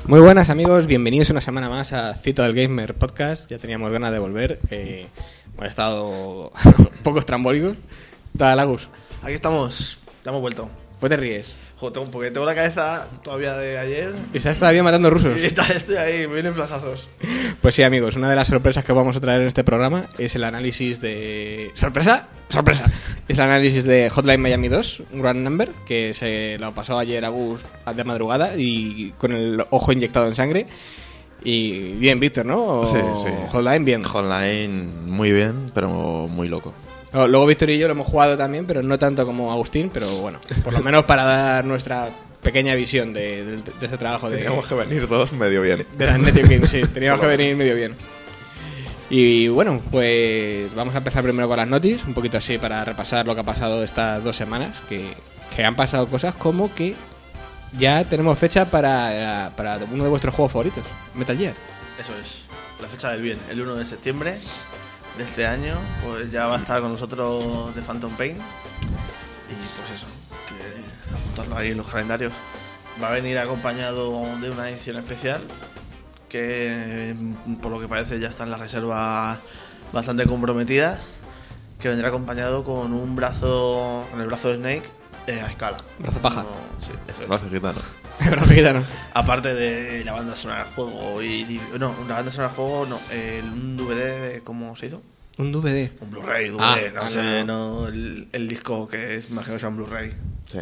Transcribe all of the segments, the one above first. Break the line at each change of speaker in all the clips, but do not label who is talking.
Muy buenas amigos, bienvenidos una semana más a Cito del Gamer Podcast. Ya teníamos ganas de volver, que hemos estado un poco estrambólicos. ¿Qué tal, Agus?
Aquí estamos, ya hemos vuelto.
¿Pues te ríes?
Joder, porque tengo la cabeza todavía de ayer.
¿Y estás todavía matando rusos?
Y estoy ahí, me vienen flashazos.
Pues sí, amigos, una de las sorpresas que vamos a traer en este programa es el análisis de... ¿Sorpresa? ¡Sorpresa! Es el análisis de Hotline Miami 2, un Grand Number, que se lo pasó ayer Agus de madrugada y con el ojo inyectado en sangre. Y bien, Víctor, ¿no?
Sí, sí.
Hotline, bien.
Hotline muy bien, pero muy loco.
Luego Víctor y yo lo hemos jugado también, pero no tanto como Agustín, pero bueno, por lo menos para dar nuestra pequeña visión de este trabajo.
Teníamos que venir dos medio bien.
De la Network Game, sí, teníamos que venir medio bien. Y bueno, pues vamos a empezar primero con las noticias, un poquito así para repasar lo que ha pasado estas 2 semanas, que han pasado cosas como que ya tenemos fecha para uno de vuestros juegos favoritos, Metal Gear.
Eso es, la fecha del bien, el 1 de septiembre de este año, pues ya va a estar con nosotros The Phantom Pain. Y pues eso, que apuntarlo ahí en los calendarios. Va a venir acompañado de una edición especial que por lo que parece ya están las reservas bastante comprometidas, que vendrá acompañado con un brazo, con el brazo de Snake a escala.
Brazo paja.
Sí, eso es.
Brazo gitano.
Brazo gitano.
Aparte de la banda sonora del juego no, la banda sonora del juego no, un DVD de ¿cómo se hizo?
Un DVD.
Un Blu-ray, no sé, no el disco que es, imagino que sea un Blu-ray.
Sí.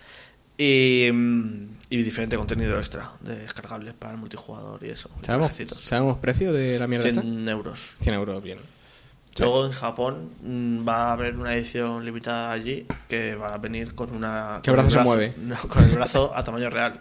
Y diferente contenido extra de descargables para el multijugador y eso.
¿Sabemos precio de la mierda
100 euros.
100 euros, bien.
Luego en Japón va a haber una edición limitada allí que va a venir con una...
¿Qué brazo se mueve?
No, con el brazo a tamaño real.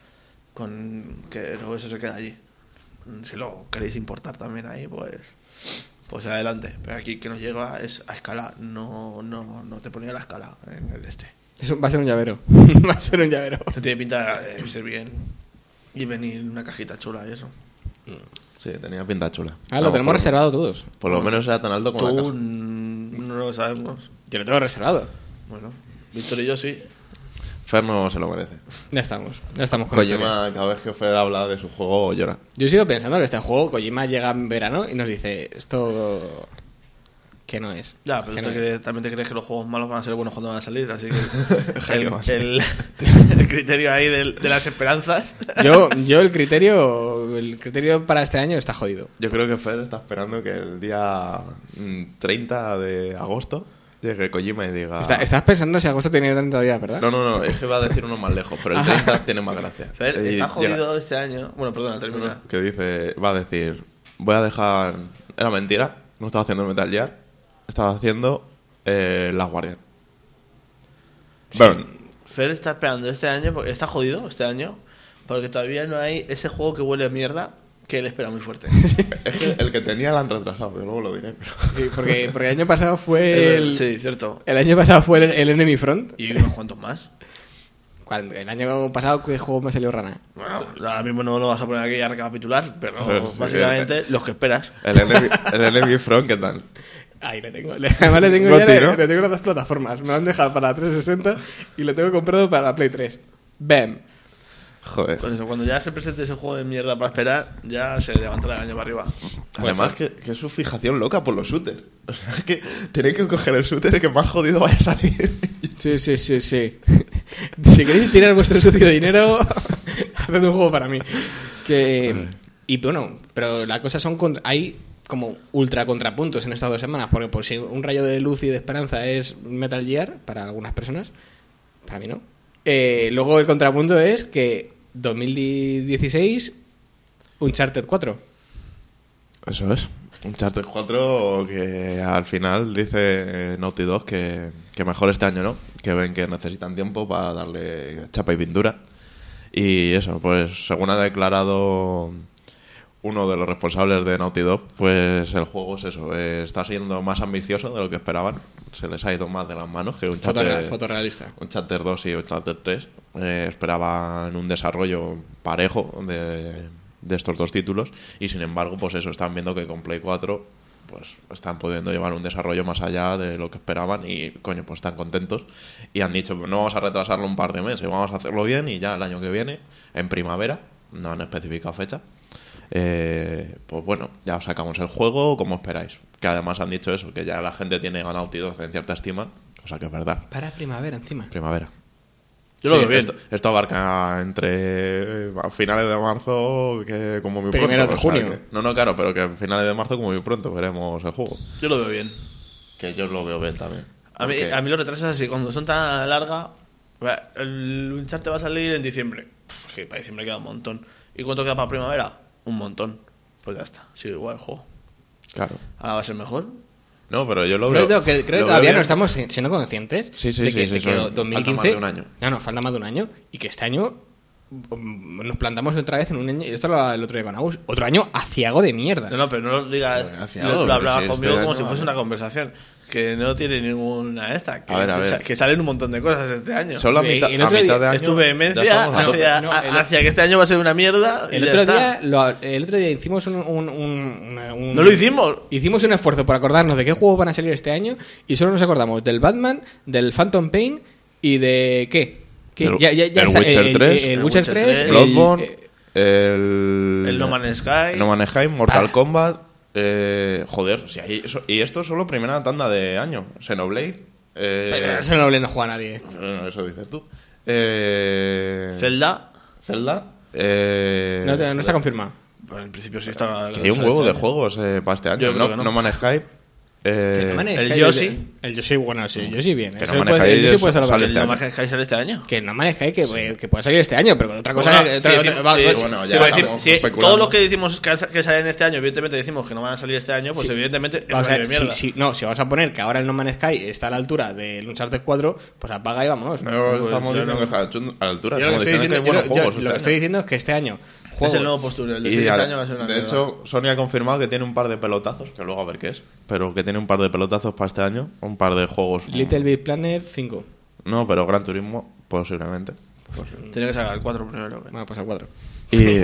Que luego eso se queda allí. Si lo queréis importar también ahí, pues adelante. Pero aquí que nos llega es a escala. No te ponía la escala en el este.
Eso va a ser un llavero. Va a ser un llavero.
No tiene pinta de ser bien. Y venir una cajita chula y eso.
Sí, tenía pinta chula.
Lo tenemos reservado todos.
Por lo menos era tan alto como la caja.
No lo sabemos.
Yo lo tengo reservado.
Bueno, Víctor y yo sí.
Fer no se lo merece.
Ya estamos con
Kojima, cada vez que Fer habla de su juego, llora.
Yo sigo pensando que este juego, Kojima llega en verano y nos dice esto que no es.
Ya, pero también te crees que los juegos malos van a ser buenos cuando van a salir, así que el criterio ahí de las esperanzas.
Yo el criterio para este año está jodido.
Yo creo que Fer está esperando que el día 30 de agosto llegue Kojima y diga...
Estás pensando si agosto tiene 30 días, ¿verdad?
No, es que va a decir uno más lejos, pero el 30 tiene más gracia.
Fer está jodido este año. Bueno, perdona, termina.
Que dice, va a decir, voy a dejar... Era mentira, no estaba haciendo el Metal Gear, estaba haciendo Last Guardian.
Sí. Bueno. Fer está esperando este año, porque está jodido este año, porque todavía no hay ese juego que huele a mierda que él espera muy fuerte.
Es que el que tenía lo han retrasado, pero luego lo diré. Pero...
Sí, porque el año pasado fue
Sí, cierto.
El año pasado fue el Enemy Front.
Y unos cuantos más.
El año pasado, ¿qué juego me salió rana?
Bueno, ahora mismo no lo vas a poner aquí a recapitular, pero básicamente los que esperas.
El Enemy Front, ¿qué tal?
Ahí le tengo. Además le tengo le tengo las 2 plataformas. Me lo han dejado para la 360 y lo tengo comprado para la Play 3. ¡Bam!
Joder.
Por eso, cuando ya se presente ese juego de mierda para esperar, ya se levantará el año para arriba.
Además, que es su fijación loca por los shooters. O sea, es que tenéis que coger el shooter que más jodido vaya a salir.
Sí. Si queréis tirar vuestro sucio dinero, haced un juego para mí. Y bueno, pero la cosa hay como ultra contrapuntos en estas 2 semanas, porque por si un rayo de luz y de esperanza es Metal Gear para algunas personas, para mí no. Luego el contrapunto es que 2016 Uncharted 4.
Eso es. Uncharted 4 que al final dice Naughty Dog que mejor este año, ¿no? Que ven que necesitan tiempo para darle chapa y pintura. Y eso, pues según ha declarado uno de los responsables de Naughty Dog, pues el juego es eso, está siendo más ambicioso de lo que esperaban. Se les ha ido más de las manos que
fotorrealista.
Uncharted 2 y Uncharted 3 esperaban un desarrollo parejo de estos 2 títulos, y sin embargo, pues eso, están viendo que con Play 4 pues están pudiendo llevar un desarrollo más allá de lo que esperaban y, coño, pues están contentos y han dicho, pues no vamos a retrasarlo un par de meses, vamos a hacerlo bien y ya el año que viene, en primavera, no han especificado fecha. Pues bueno, ya os sacamos el juego, ¿cómo esperáis? Que además han dicho eso, que ya la gente tiene a Naughty Dog en cierta estima, cosa que es verdad.
Para primavera encima.
Primavera.
Yo lo veo bien.
Esto abarca entre finales de marzo, que como muy
Primero
pronto.
de junio.
No, claro, pero que finales de marzo como muy pronto veremos el juego.
Yo lo veo bien.
Que yo lo veo bien también.
A mí los retrasos así, cuando son tan largas... El Uncharted va a salir en diciembre. Que para diciembre queda un montón. ¿Y cuánto queda para primavera? Un montón. Pues ya está, sigue igual el juego.
Claro.
Ahora va a ser mejor.
No, pero yo lo veo.
Creo que
lo veo
todavía
bien.
no estamos siendo conscientes
Sí,
de que
son-
2015.
falta más de un año.
No, falta más de un año. Y que este año nos plantamos otra vez en un año. Y esto lo hablaba el otro día con Agus. Otro año aciago de mierda.
No, pero no lo digas.
Bueno, hacia
Lo
algo,
hablabas
sí,
conmigo
este
como
año,
si fuese
vale.
una conversación. Que no tiene ninguna esta. Que,
A ver.
que salen un montón de cosas este año.
Solo a
El
mitad,
otro
a mitad
día
de año.
Es tu vehemencia
ya estamos a tope.
hacia que este año va a ser una mierda. Y
El
ya
otro,
está.
el otro día hicimos
No lo hicimos.
Hicimos un esfuerzo por acordarnos de qué juegos van a salir este año y solo nos acordamos del Batman, del Phantom Pain y de ¿qué?
El
está,
Witcher 3,
el Witcher 3, el-
Bloodborne, el
No Man's Sky.
No Man's Sky, Mortal Kombat. Joder, si hay eso, y esto es solo primera tanda de año. Xenoblade.
Pero ese noble no juega a nadie.
Eso dices tú.
Zelda.
Zelda.
No está confirmado.
Pues en principio sí está.
Que hay un huevo de juegos para este año.
Yo creo que no.
No Man's Sky.
Que No Man's
el
Sky-
Yoshi.
El Yoshi, bueno, sí, el Yoshi bien.
Que
Ese
No Man's
puede-
Sky
el Yoshi puede ser
sale
lo
este
El
año.
No Man's Sky sale este año.
Que No Man's Sky que puede salir este año, pero otra cosa
Bueno,
que
sí,
bueno, ya
Quiero
estamos
si
especulando.
todos los que decimos que salen este año, evidentemente decimos que no van a salir este año, pues
Sí.
evidentemente es
Vamos
un
a
año
ver,
de mierda.
si vamos a poner que ahora el No Man's Sky está a la altura del Uncharted 4, pues apaga y vámonos.
No
Pues
estamos
yo
diciendo
no.
que está a la altura.
Yo lo que
Estamos
estoy
diciendo que hay
diciendo,
buenos
yo
juegos.
lo
este
que estoy
año.
diciendo es que este año
Es
juegos-
el nuevo postureo. El de
Y
este
de
año va a ser una mierda.
hecho, Sony ha confirmado que tiene un par de pelotazos, que luego a ver qué es, pero que tiene un par de pelotazos para este año, un par de juegos.
Little Big Planet 5.
No, pero Gran Turismo, posiblemente.
Tiene que sacar el 4 primero.
Bueno, pues al 4.
Y...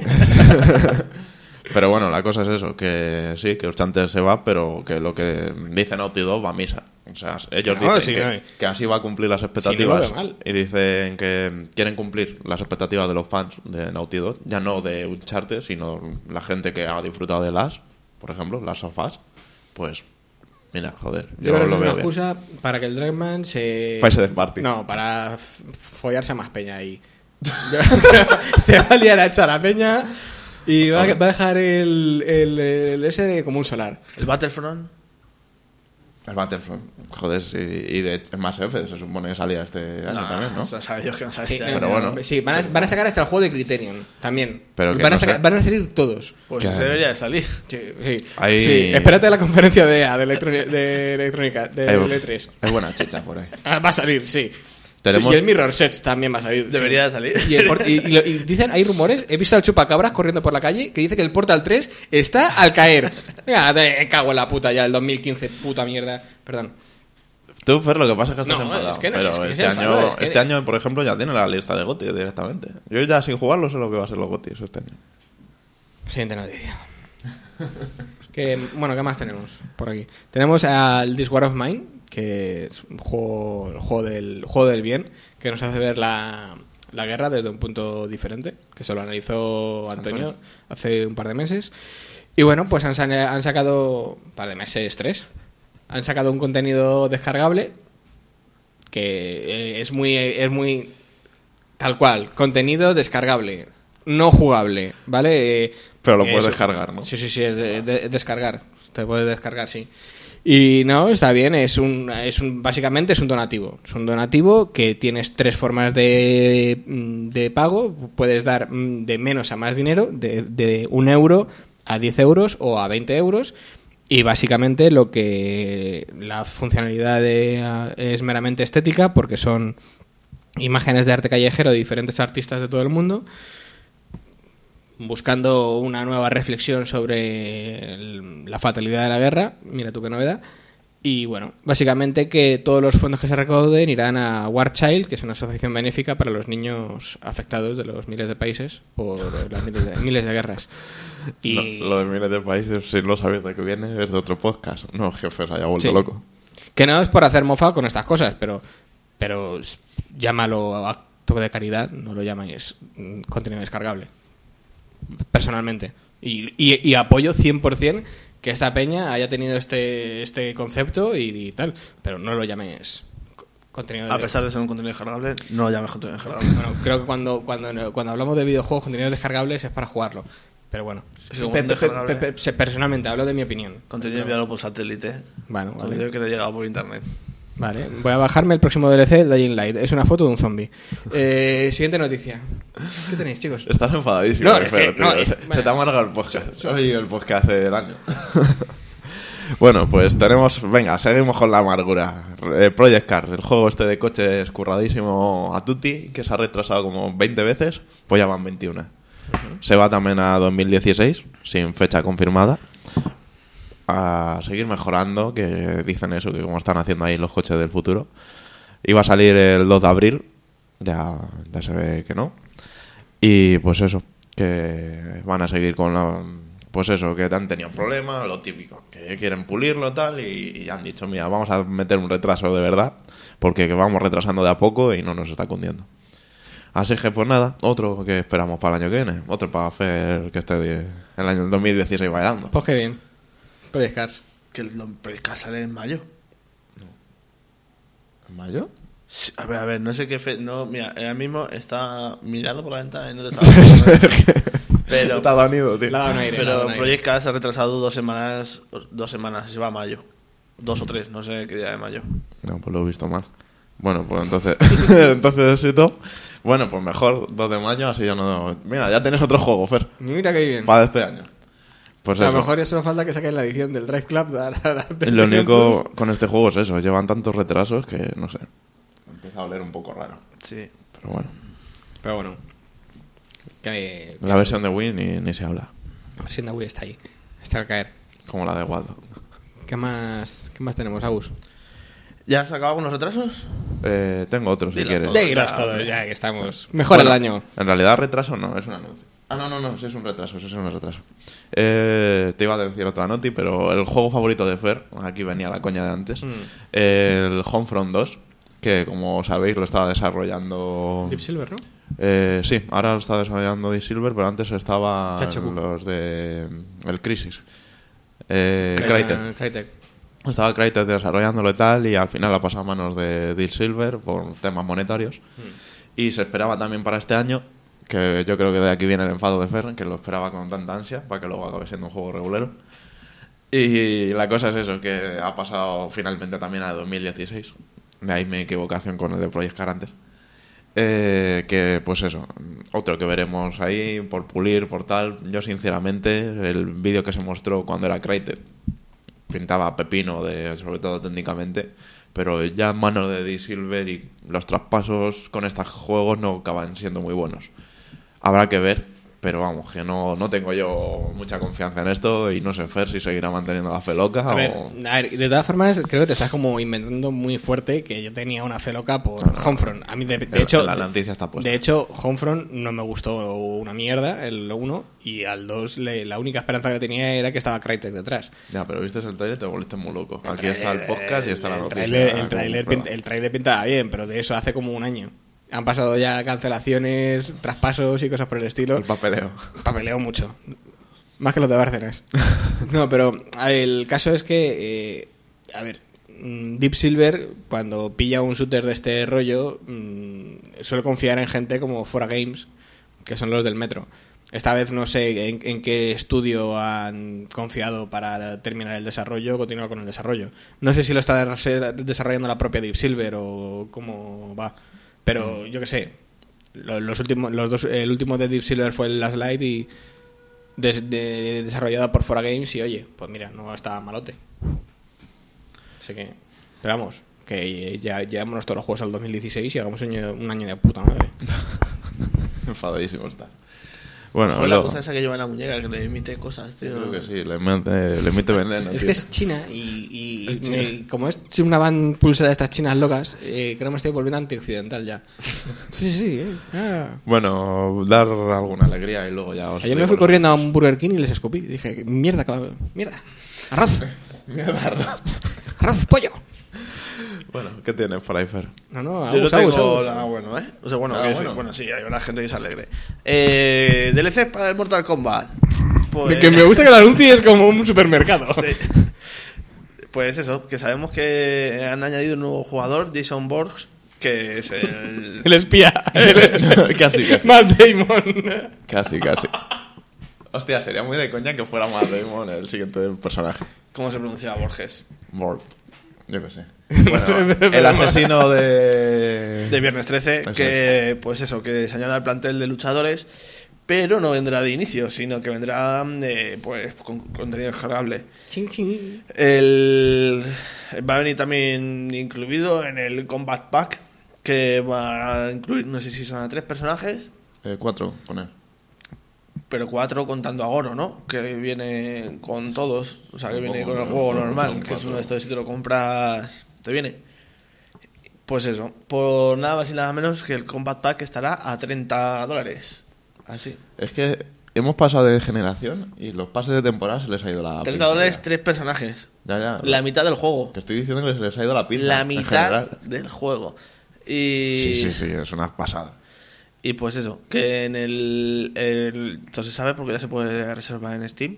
pero bueno, la cosa es eso, que sí, que Uncharted se va, pero que lo que dice Naughty Dog va a misa. O sea, ellos
No,
dicen
sí,
que,
no.
que así va a cumplir las
Sí,
expectativas.
no lo veo mal.
Y dicen que quieren cumplir las expectativas de los fans de Naughty Dog, ya no de Uncharted, sino la gente que ha disfrutado de Last, por ejemplo, Last of Us. Pues, mira, joder,
Yo creo que
lo
es una
veo bien.
excusa para que el Dragman se...
Para ese party.
No, para follarse a más peña ahí. Se va a liar a echar a peña y va a dejar el ese como un solar.
El Battlefront.
El Battlefront, joder, sí, y de es más F, se supone que salía este año también, ¿no?
O sea, sabe Dios que no sale
Sí,
este año.
pero bueno.
Sí, van a sacar hasta el juego de Criterion también.
Pero que
van,
no
a
sé.
van a salir todos.
Pues
Que-
se debería de salir.
Sí, sí.
Ahí-
Sí, espérate a la conferencia de EA, de Electrónica, de
Hay-
E3.
Hay buena chicha por ahí.
Ah, va a salir, sí.
Tenemos-
Sí, y el Mirror Sets también va a salir.
Debería
sí.
de salir.
Y dicen, hay rumores, he visto al chupacabras corriendo por la calle que dice que el Portal 3 está al caer. Venga, te cago en la puta ya, el 2015, puta mierda. Perdón.
Tú, Fer, lo que pasa es que estás
No,
enfadado.
es que no,
pero
es que
este,
se
año,
enfadó, es que-
este año, por ejemplo, ya tiene la lista de GOTY directamente. Yo ya sin jugarlo sé lo que va a ser los GOTY este año.
Siguiente noticia. Bueno, ¿qué más tenemos por aquí? Tenemos al This War of Mine, que es un juego del bien, que nos hace ver la guerra desde un punto diferente, que se lo analizó Antonio hace un par de meses. Y bueno, pues han sacado, un par de meses, 3, han sacado un contenido descargable que es muy tal cual, contenido descargable, no jugable, ¿vale?
Pero lo puedes
Eso.
descargar, ¿no?
Sí, es de descargar. Te puedes descargar, sí. Y no, está bien, básicamente es un donativo. Es un donativo que tienes 3 formas de pago. Puedes dar de menos a más dinero, de 1 euro a 10 euros o a 20 euros. Y básicamente la funcionalidad es meramente estética, porque son imágenes de arte callejero de diferentes artistas de todo el mundo, buscando una nueva reflexión sobre la fatalidad de la guerra. Mira tú qué novedad. Y bueno, básicamente que todos los fondos que se recauden irán a War Child, que es una asociación benéfica para los niños afectados de los miles de países por las miles de guerras. Y
Lo de miles de países, si no sabéis de qué viene, es de otro podcast. No, jefe, se haya vuelto
Sí.
loco.
que no es por hacer mofa con estas cosas, pero llámalo acto de caridad, no lo llamáis contenido descargable. personalmente. Y apoyo 100% que esta peña haya tenido este concepto y tal, pero no lo llames contenido
A pesar de ser un contenido descargable, no lo llames contenido descargable.
Bueno, creo que cuando hablamos de videojuegos, contenidos descargables es para jugarlo. Pero bueno,
Sí, como descargable.
personalmente hablo de mi opinión.
Contenido enviado por satélite.
Bueno,
Contenido
vale.
que te ha llegado por internet.
Vale, voy a bajarme el próximo DLC, el Dying Light. Es una foto de un zombie. Siguiente noticia. ¿Qué tenéis, chicos?
Estás enfadadísimo,
No, es que-
tío.
no, es-
se
bueno.
te amarga el podcast. Soy el podcast del año. Bueno, pues tenemos... Venga, seguimos con la amargura. Project Cars, el juego este de coches curradísimo a tutti, que se ha retrasado como 20 veces, pues ya van 21. Se va también a 2016, sin fecha confirmada. A seguir mejorando, que dicen eso, que como están haciendo ahí los coches del futuro. Iba a salir el 2 de abril, ya se ve que no. Y pues eso, que van a seguir con la... Pues eso, que han tenido problemas, lo típico, que quieren pulirlo tal y han dicho, mira, vamos a meter un retraso de verdad, porque vamos retrasando de a poco y no nos está cundiendo. Así que pues nada, otro que esperamos para el año que viene, otro para hacer que esté el año 2016 bailando.
Pues qué bien. Project Cars.
Que el Project sale en mayo.
¿En mayo?
Sí, a ver, no sé qué no, mira, ahora mismo está mirando por la ventana y no te está viendo. Pero,
Está donido, tío.
Le ha dado un aire, le ha
pero
dado un aire.
Project Cars se ha retrasado 2 semanas, y se va a mayo. 2 o 3, no sé qué día de mayo.
No, pues lo he visto mal. Bueno, pues entonces entonces éxito. Bueno, pues mejor 2 de mayo, así ya no... Mira, ya tenés otro juego, Fer,
Mira qué bien.
para este año. Pues
A lo
eso.
mejor ya solo falta que saquen la edición del Drive Club.
Lo único con este juego es eso, llevan tantos retrasos que, no sé, empieza a oler un poco raro.
Sí.
Pero bueno,
Pero bueno. Que
la versión de Wii ni se habla,
la versión de Wii está ahí. Está al caer.
como la de Wild.
¿Qué más tenemos, Agus?
¿Ya has acabado con los retrasos?
Tengo otro, si
Dilo
quieres.
todo.
Leíros todos ya que estamos. Mejor el año.
En realidad retraso no, es un anuncio. Ah, no, sí es un retraso, sí es un retraso. Te iba a decir otra noti, pero el juego favorito de Fer, aquí venía la coña de antes, el Homefront 2, que como sabéis lo estaba desarrollando...
Deep Silver, ¿no?
Sí, ahora lo está desarrollando Deep Silver, pero antes estaba
Chachoku.
los de el Crisis. Crytek.
Crytek.
Estaba Crytek desarrollándolo y tal, y al final la pasó a manos de Deep Silver por temas monetarios. Y se esperaba también para este año, que yo creo que de aquí viene el enfado de Fer, que lo esperaba con tanta ansia, para que luego acabe siendo un juego regulero. Y la cosa es eso, que ha pasado finalmente también a 2016. De ahí mi equivocación con el de Project Cars antes. Que pues eso, otro que veremos ahí por pulir, por tal. Yo sinceramente el vídeo que se mostró cuando era Crytek pintaba pepino, sobre todo técnicamente, pero ya en manos de Deep Silver y los traspasos con estos juegos no acaban siendo muy buenos. Habrá que ver, pero vamos, que no tengo yo mucha confianza en esto y no sé, Fer, si seguirá manteniendo la fe loca
A ver,
o...
de todas formas, creo que te estás como inventando muy fuerte que yo tenía una fe loca por Homefront. A mí, de hecho,
la noticia está puesta.
de hecho, Homefront no me gustó una mierda, el 1, y al 2 la única esperanza que tenía era que estaba Crytek detrás.
Ya, pero viste el trailer, te volviste muy loco. Aquí está el podcast y está la noticia.
El tráiler pintaba bien, pero de eso hace como un año. Han pasado ya cancelaciones, traspasos y cosas por el estilo.
El papeleo.
Papeleo mucho. Más que los de Bárcenas. No, pero el caso es que, a ver, Deep Silver, cuando pilla un shooter de este rollo, suele confiar en gente como Fora Games, que son los del Metro. Esta vez no sé en qué estudio han confiado para terminar el desarrollo o continuar con el desarrollo. No sé si lo está desarrollando la propia Deep Silver o cómo va. Pero yo qué sé, el último de Deep Silver fue el Last Light y desarrollado por Fora Games y oye, pues mira, no está malote. Así que, pero vamos, que ya llevámonos todos los juegos al 2016 y hagamos un año de puta madre.
Enfadadísimo está. Bueno,
Fue la
luego,
cosa esa que lleva en la muñeca, que le emite cosas, tío.
creo que sí, le mete veneno.
Es
tío.
que es China y como es una van pulsera de estas chinas locas, creo que me estoy volviendo antioccidental ya. Sí.
Bueno, dar alguna alegría y luego ya os
Ayer me
digo
fui
los-
corriendo a un Burger King y les escupí. Dije, mierda, arroz,
Mierda,
arroz, pollo.
Bueno, ¿qué tienes por ahí, Fer?
No,
Yo no
Agus,
tengo
Agus.
nada bueno, ¿eh? O sea, bueno,
Nada
que decir,
bueno.
bueno, sí, hay una gente que se alegre. DLC para el Mortal Kombat. Pues,
Que me gusta que lo anuncies como un supermercado.
sí. Pues eso, que sabemos que han añadido un nuevo jugador, Jason Borges, que es el...
El espía.
Casi.
Matt Damon.
Casi. Hostia, sería muy de coña que fuera Matt Damon el siguiente personaje.
¿Cómo se pronuncia Borges?
Mort. Yo qué sé. Bueno, el asesino de...
De Viernes 13,
Eso
que pues eso, que se añade al plantel de luchadores, pero no vendrá de inicio, sino que vendrá pues con contenido descargable.
Chin, chin.
Va a venir también incluido en el Combat Pack, que va a incluir, no sé si son a 3 personajes,
4, con él.
pero 4 contando a Goro, ¿no? Que viene con todos, o sea, que viene
Tampoco,
con el
no,
juego
no,
normal,
son
que es
4.
uno de estos, si te lo compras, te viene. Pues eso, por nada más y nada menos que el Combat Pack estará a $30. Así.
Es que hemos pasado de generación y los pases de temporada se les ha ido la pinza.
$30, 3 personajes.
Ya.
La mitad del juego.
Te estoy diciendo que se les ha ido la pinza.
La
en
mitad
general.
del juego. Y...
Sí, es una pasada.
Y pues eso, que en esto se sabe porque ya se puede reservar en Steam.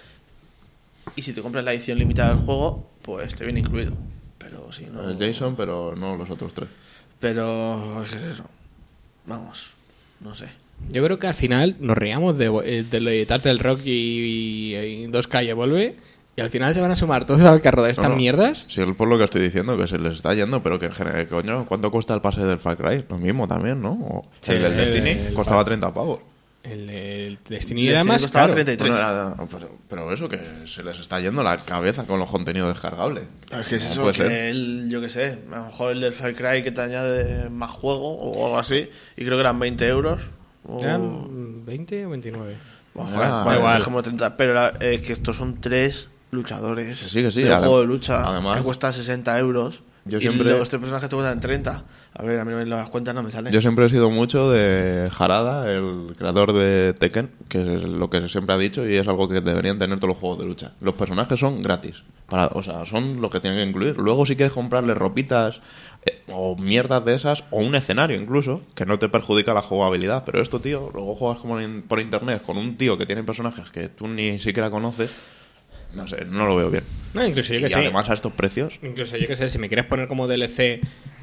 Y si te compras la edición limitada del juego, pues te viene incluido. Pero si no...
El Jason, pero no los otros 3.
Pero es que es eso. Vamos, no sé.
Yo creo que al final nos reíamos de lo de Turtle Rock y 2K y Evolve. Y al final se van a sumar todos al carro de estas mierdas.
Sí, es por lo que estoy diciendo, que se les está yendo, pero que en general, coño, ¿cuánto cuesta el pase del Far Cry? Lo mismo también, ¿no?
Sí,
el del
el-
Destiny
el-
costaba 30 pavos.
El Destiny
El
era
Destiny
más
costaba
caro.
33.
Bueno, pero eso, que se les está yendo la cabeza con los contenidos descargables.
Es que es
No
eso,
puede
que
ser.
yo que sé, a lo mejor el del Far Cry que te añade más juego o algo así, y creo que eran 20 euros. O...
¿Eran 20 o 29?
Bueno,
Ah,
vale,
igual.
dejémoslo 30, pero es que estos son 3 luchadores
Que sí,
de
adem-
juego de lucha
además-
que cuesta 60 euros
Yo
y
siempre-
los 3 personajes te cuestan 30. A ver, a mí las cuentas no me salen.
Yo siempre he sido mucho de Harada, el creador de Tekken, que es lo que siempre ha dicho y es algo que deberían tener todos los juegos de lucha. Los personajes son gratis, o sea, son lo que tienen que incluir. Luego si quieres comprarle ropitas o mierdas de esas, o un escenario incluso, que no te perjudica la jugabilidad. Pero esto, tío, luego juegas como por internet con un tío que tiene personajes que tú ni siquiera conoces. No sé, no lo veo bien.
No, incluso yo
Y
que sé.
además a estos precios...
Incluso yo que sé, si me quieres poner como DLC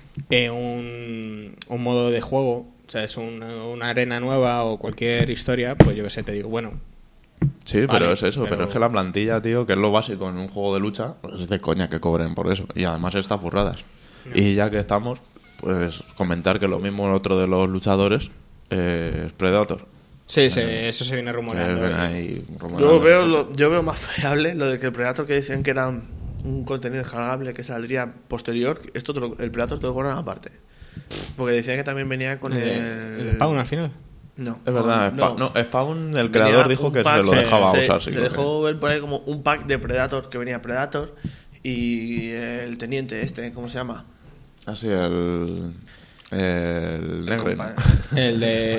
un modo de juego, o sea, es una arena nueva o cualquier historia, pues yo que sé, te digo, bueno,
Sí,
Vale,
pero es eso, pero
pero-
es que la plantilla, tío, que es lo básico en un juego de lucha, pues es de coña que cobren por eso. Y además está furradas. Y ya que estamos, pues comentar que lo mismo el otro de los luchadores es Predator.
sí, eso se viene
Que
rumoreando.
ven ahí
Yo
rumorando.
yo veo más fiable lo de que el Predator que decían que era un contenido descargable que saldría posterior. Esto el Predator te lo cobran aparte. Porque decían que también venía con
El Spawn al final.
No,
Es verdad,
no.
Spawn, el
Venía
creador dijo
un
que
pack,
se lo dejaba usar.
Se
sí,
dejó ver por ahí como un pack de Predator, que venía Predator y el teniente ¿cómo se llama?
Así, el negro.
compa-
El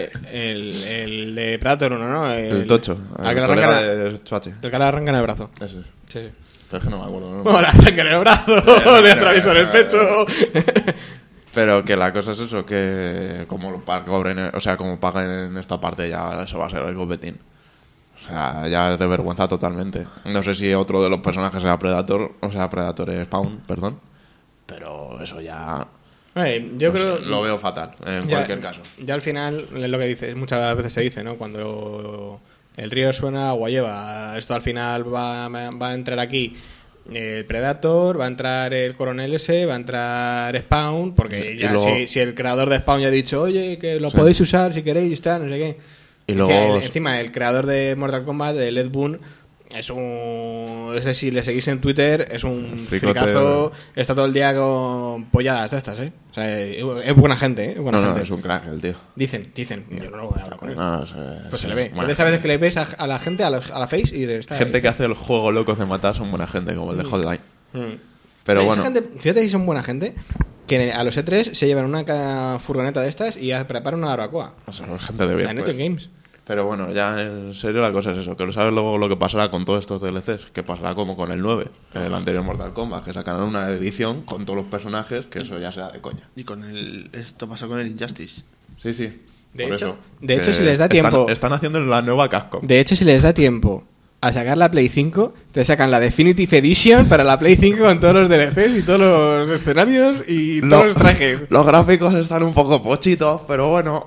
de Predator 1, ¿no?
El tocho.
Al que
El
le
colega
arrancan,
de Chuache.
el que le arrancan el brazo.
Ese.
Sí, sí.
Pero es que no me acuerdo. ¿no?
No, le arrancan el brazo, le atraviesan el pecho.
Pero que la cosa es eso, que como lo cobren, o sea, como paguen en esta parte, ya eso va a ser el copetín. O sea, ya es de vergüenza totalmente. No sé si otro de los personajes sea Predator, o sea, Predator Spawn, perdón. Pero eso ya...
Yo
no
creo...
sé, lo veo fatal, en
ya-
cualquier caso.
Ya al final es lo que dices, muchas veces se dice, ¿no? Cuando el río suena, agua lleva. Esto al final va a entrar aquí el Predator, va a entrar el Coronel S, va a entrar Spawn, porque
Y
ya
luego-
si el creador de Spawn ya ha dicho, oye, que lo
Sí.
podéis usar si queréis, tal, no sé qué.
Y luego-
Encima, el creador de Mortal Kombat, de Ed Boon, es un... Ese, si le seguís en Twitter, es un
Fricote.
fricazo. Está todo el día con polladas de estas, ¿eh? O sea, es buena gente, ¿eh? Es buena
No,
gente.
es un crack el tío.
Dicen. Yo no voy a hablar con él.
No, sé,
Pues
sí,
se le ve.
buena
Es de esas veces que
gente.
le ves a la gente, a la face, y dices... está
Gente
ahí.
que hace el juego locos de matar son buena gente, como el de Hotline.
Mm.
Pero
Esa
bueno,
gente, fíjate si son buena gente, que a los E3 se llevan una furgoneta de estas y preparan una barbacoa.
son gente de bien.
La Neto
pues.
Games.
Pero bueno, ya en serio la cosa es eso, que sabes luego lo que pasará con todos estos DLCs, que pasará como con el 9, el anterior Mortal Kombat, que sacarán una edición con todos los personajes, que eso ya sea de coña.
Y esto pasa con el Injustice.
Sí, sí.
De
por
hecho,
eso,
de hecho,
que
si les da tiempo...
Están haciendo la nueva Capcom.
De hecho, si les da tiempo a sacar la Play 5, te sacan la Definitive Edition para la Play 5 con todos los DLCs y todos los escenarios y todos los trajes.
Los gráficos están un poco pochitos, pero bueno...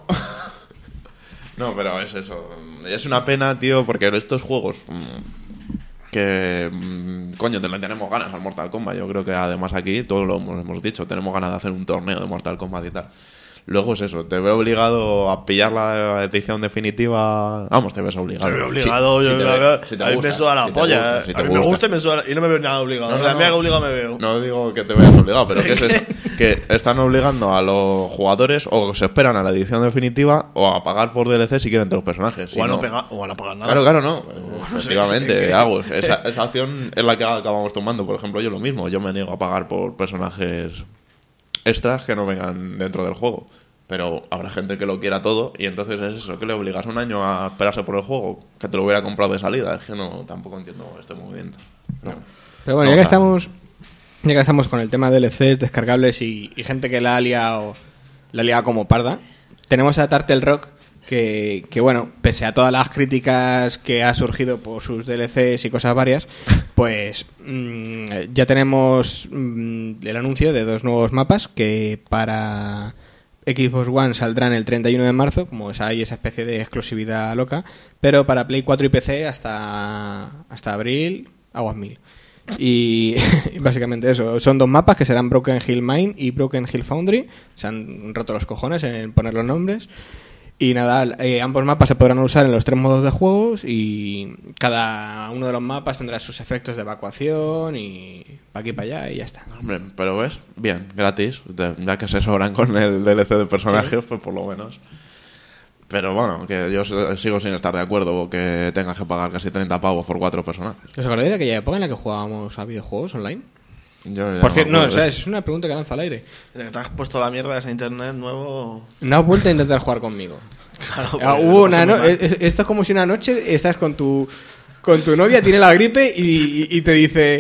No, pero es eso. Es una pena, tío, porque estos juegos que, coño, le tenemos ganas al Mortal Kombat. Yo creo que además aquí, todos lo hemos dicho, tenemos ganas de hacer un torneo de Mortal Kombat y tal. Luego es eso, te veo obligado a pillar la edición definitiva. Vamos, te ves obligado.
Te veo obligado,
Sí,
yo
si te
creo
ve-
que
si te
a mí
gusta,
me suda la
si te
polla.
gusta, si te
A mí me
gusta.
gusta y me suda, y no me veo nada obligado.
No,
O sea,
no,
me haga
no.
obligado me veo.
No digo que te veas obligado, pero que es eso, que están obligando a los jugadores o se esperan a la edición definitiva o a pagar por DLC si quieren todos los personajes. Si
O a no
no
pagar nada.
Claro, no. Efectivamente,
¿qué?
Agus, esa acción es la que acabamos tomando. Por ejemplo, yo lo mismo. Yo me niego a pagar por personajes extras que no vengan dentro del juego. Pero habrá gente que lo quiera todo y entonces es eso, que le obligas un año a esperarse por el juego, que te lo hubiera comprado de salida. Es que no, tampoco entiendo este movimiento. No.
Pero bueno,
No,
ya
o sea,
que estamos con el tema de DLCs, descargables y gente que la ha liado como parda, tenemos a Turtle Rock que bueno, pese a todas las críticas que ha surgido por sus DLCs y cosas varias, pues ya tenemos el anuncio de 2 nuevos mapas que para Xbox One saldrán el 31 de marzo, como hay esa especie de exclusividad loca, pero para Play 4 y PC hasta abril, aguas mil. Y básicamente eso, son 2 mapas que serán Broken Hill Mine y Broken Hill Foundry. Se han roto los cojones en poner los nombres. Y nada, ambos mapas se podrán usar en los 3 modos de juegos y cada uno de los mapas tendrá sus efectos de evacuación y para aquí y para allá y ya está.
Hombre, pero ves, bien, gratis, ya que se sobran con el DLC de personajes, pues por lo menos. Pero bueno, que yo sigo sin estar de acuerdo que tengas que pagar casi 30 pavos por 4 personajes.
¿Os acordáis de aquella época en la que jugábamos a videojuegos online?
Yo ya
Por cierto,
me
no, o
acuerdo.
sea, es una pregunta que lanza al aire.
Desde que te has puesto la mierda de ese internet nuevo.
No has vuelto a intentar jugar conmigo.
Claro,
Hubo
lo pasé muy mal.
esto es como si una noche estás con tu novia, tiene la gripe y te dice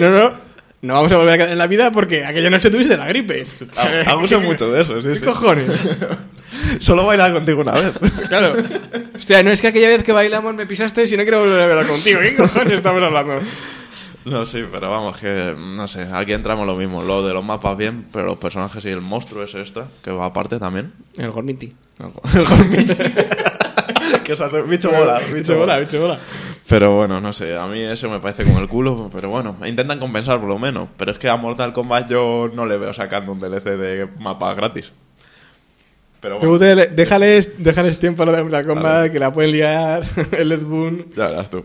no vamos a volver a quedar en la vida porque aquella noche tuviste la gripe.
Abuso mucho de eso, sí,
¿Qué
sí.
cojones?
Solo bailar contigo una vez.
Claro. Hostia, no es que aquella vez que bailamos me pisaste y no quiero volver a verla contigo. ¿Qué cojones estamos hablando?
No, sí, pero vamos, que no sé, aquí entramos lo mismo. Lo de los mapas bien, pero los personajes y el monstruo ese extra, que va aparte también.
El Gorminti.
Que se hace bicho bola,
Bicho bola.
Pero bueno, no sé, a mí eso me parece como el culo, pero bueno, intentan compensar por lo menos. Pero es que a Mortal Kombat yo no le veo sacando un DLC de mapas gratis. Pero bueno,
Tú déjales tiempo a lo de Mortal Kombat,
Vale.
que la pueden liar, el Ed Boon.
ya verás tú.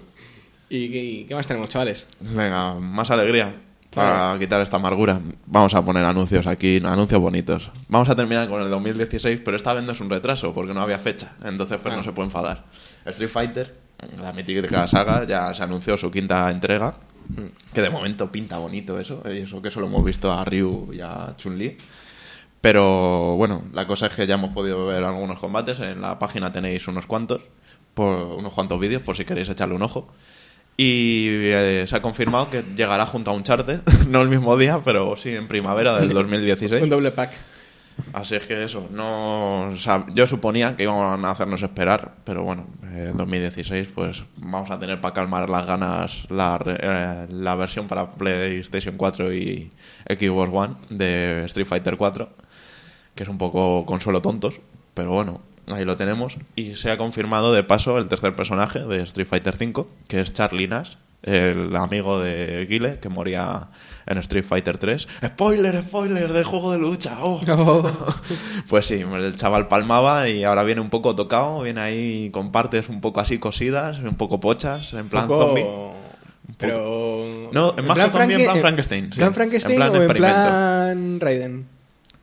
¿Y qué más tenemos, chavales?
Venga, más alegría para quitar esta amargura. Vamos a poner anuncios aquí, anuncios bonitos. Vamos a terminar con el 2016, pero esta vez no es un retraso porque no había fecha, entonces pues no se puede enfadar. Street Fighter, la mítica saga, ya se anunció su 5ª entrega, que de momento pinta bonito eso, y eso que solo hemos visto a Ryu y a Chun-Li. Pero bueno, la cosa es que ya hemos podido ver algunos combates, en la página tenéis unos cuantos vídeos por si queréis echarle un ojo. Y se ha confirmado que llegará junto a Uncharted, no el mismo día, pero sí en primavera del 2016.
Un doble pack.
Así es que eso, no, o sea, yo suponía que iban a hacernos esperar, pero bueno, en 2016 pues vamos a tener para calmar las ganas la versión para PlayStation 4 y Xbox One de Street Fighter 4, que es un poco consuelo tontos, pero bueno, ahí lo tenemos. Y se ha confirmado de paso el tercer personaje de Street Fighter 5, que es Charlie Nash, el amigo de Guile, que moría en Street Fighter 3. ¡Spoiler de juego de lucha! ¡Oh!
No.
Pues sí, el chaval palmaba y ahora viene un poco tocado, viene ahí con partes un poco así cosidas, un poco pochas, en plan zombie.
Pero...
No, en más que zombie, en plan Frankenstein.
¿En
sí.
plan Frankenstein
en plan
o en
experimento.
plan Raiden?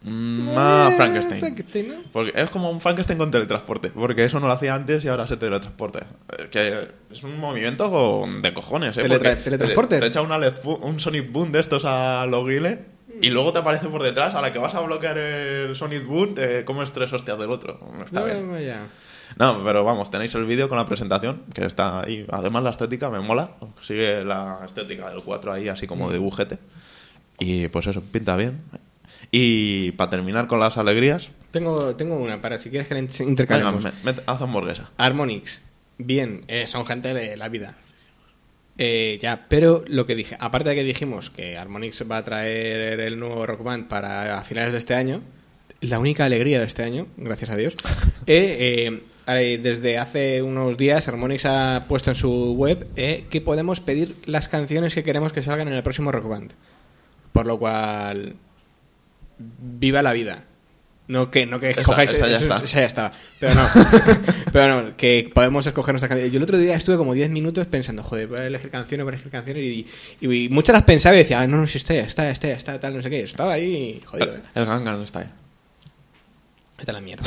Más Frankenstein.
Frankenstein, ¿no?
Porque es como un Frankenstein con teletransporte. Porque eso no lo hacía antes y ahora se teletransporta. Que es un movimiento de cojones, ¿eh? Porque
teletransporte.
Te echa un Sonic Boom de estos a los Guile y luego te aparece por detrás. A la que vas a bloquear el Sonic Boom, te comes 3 hostias del otro. Está bien.
Ya.
No, pero vamos, tenéis el vídeo con la presentación, que está ahí. Además la estética me mola. Sigue la estética del 4 ahí, así como de bujete. Y pues eso, pinta bien. Y para terminar con las alegrías...
Tengo una, para si quieres que la intercambiemos.
Venga, haz hamburguesa.
Harmonix, bien, son gente de la vida. Ya, pero lo que dije, aparte de que dijimos que Harmonix va a traer el nuevo Rock Band para finales de este año, la única alegría de este año, gracias a Dios, desde hace unos días Harmonix ha puesto en su web que podemos pedir las canciones que queremos que salgan en el próximo Rock Band. Por lo cual, viva la vida. No que escojáis
esa ya está.
Esa ya está. Pero no. Pero no, que podemos escoger nuestras canciones. Yo el otro día estuve como 10 minutos pensando, joder, voy a elegir canciones, y muchas las pensaba y decía, no, si está, tal, no sé qué. Estaba ahí, jodido.
El Gangnam Style.
Vete a la mierda.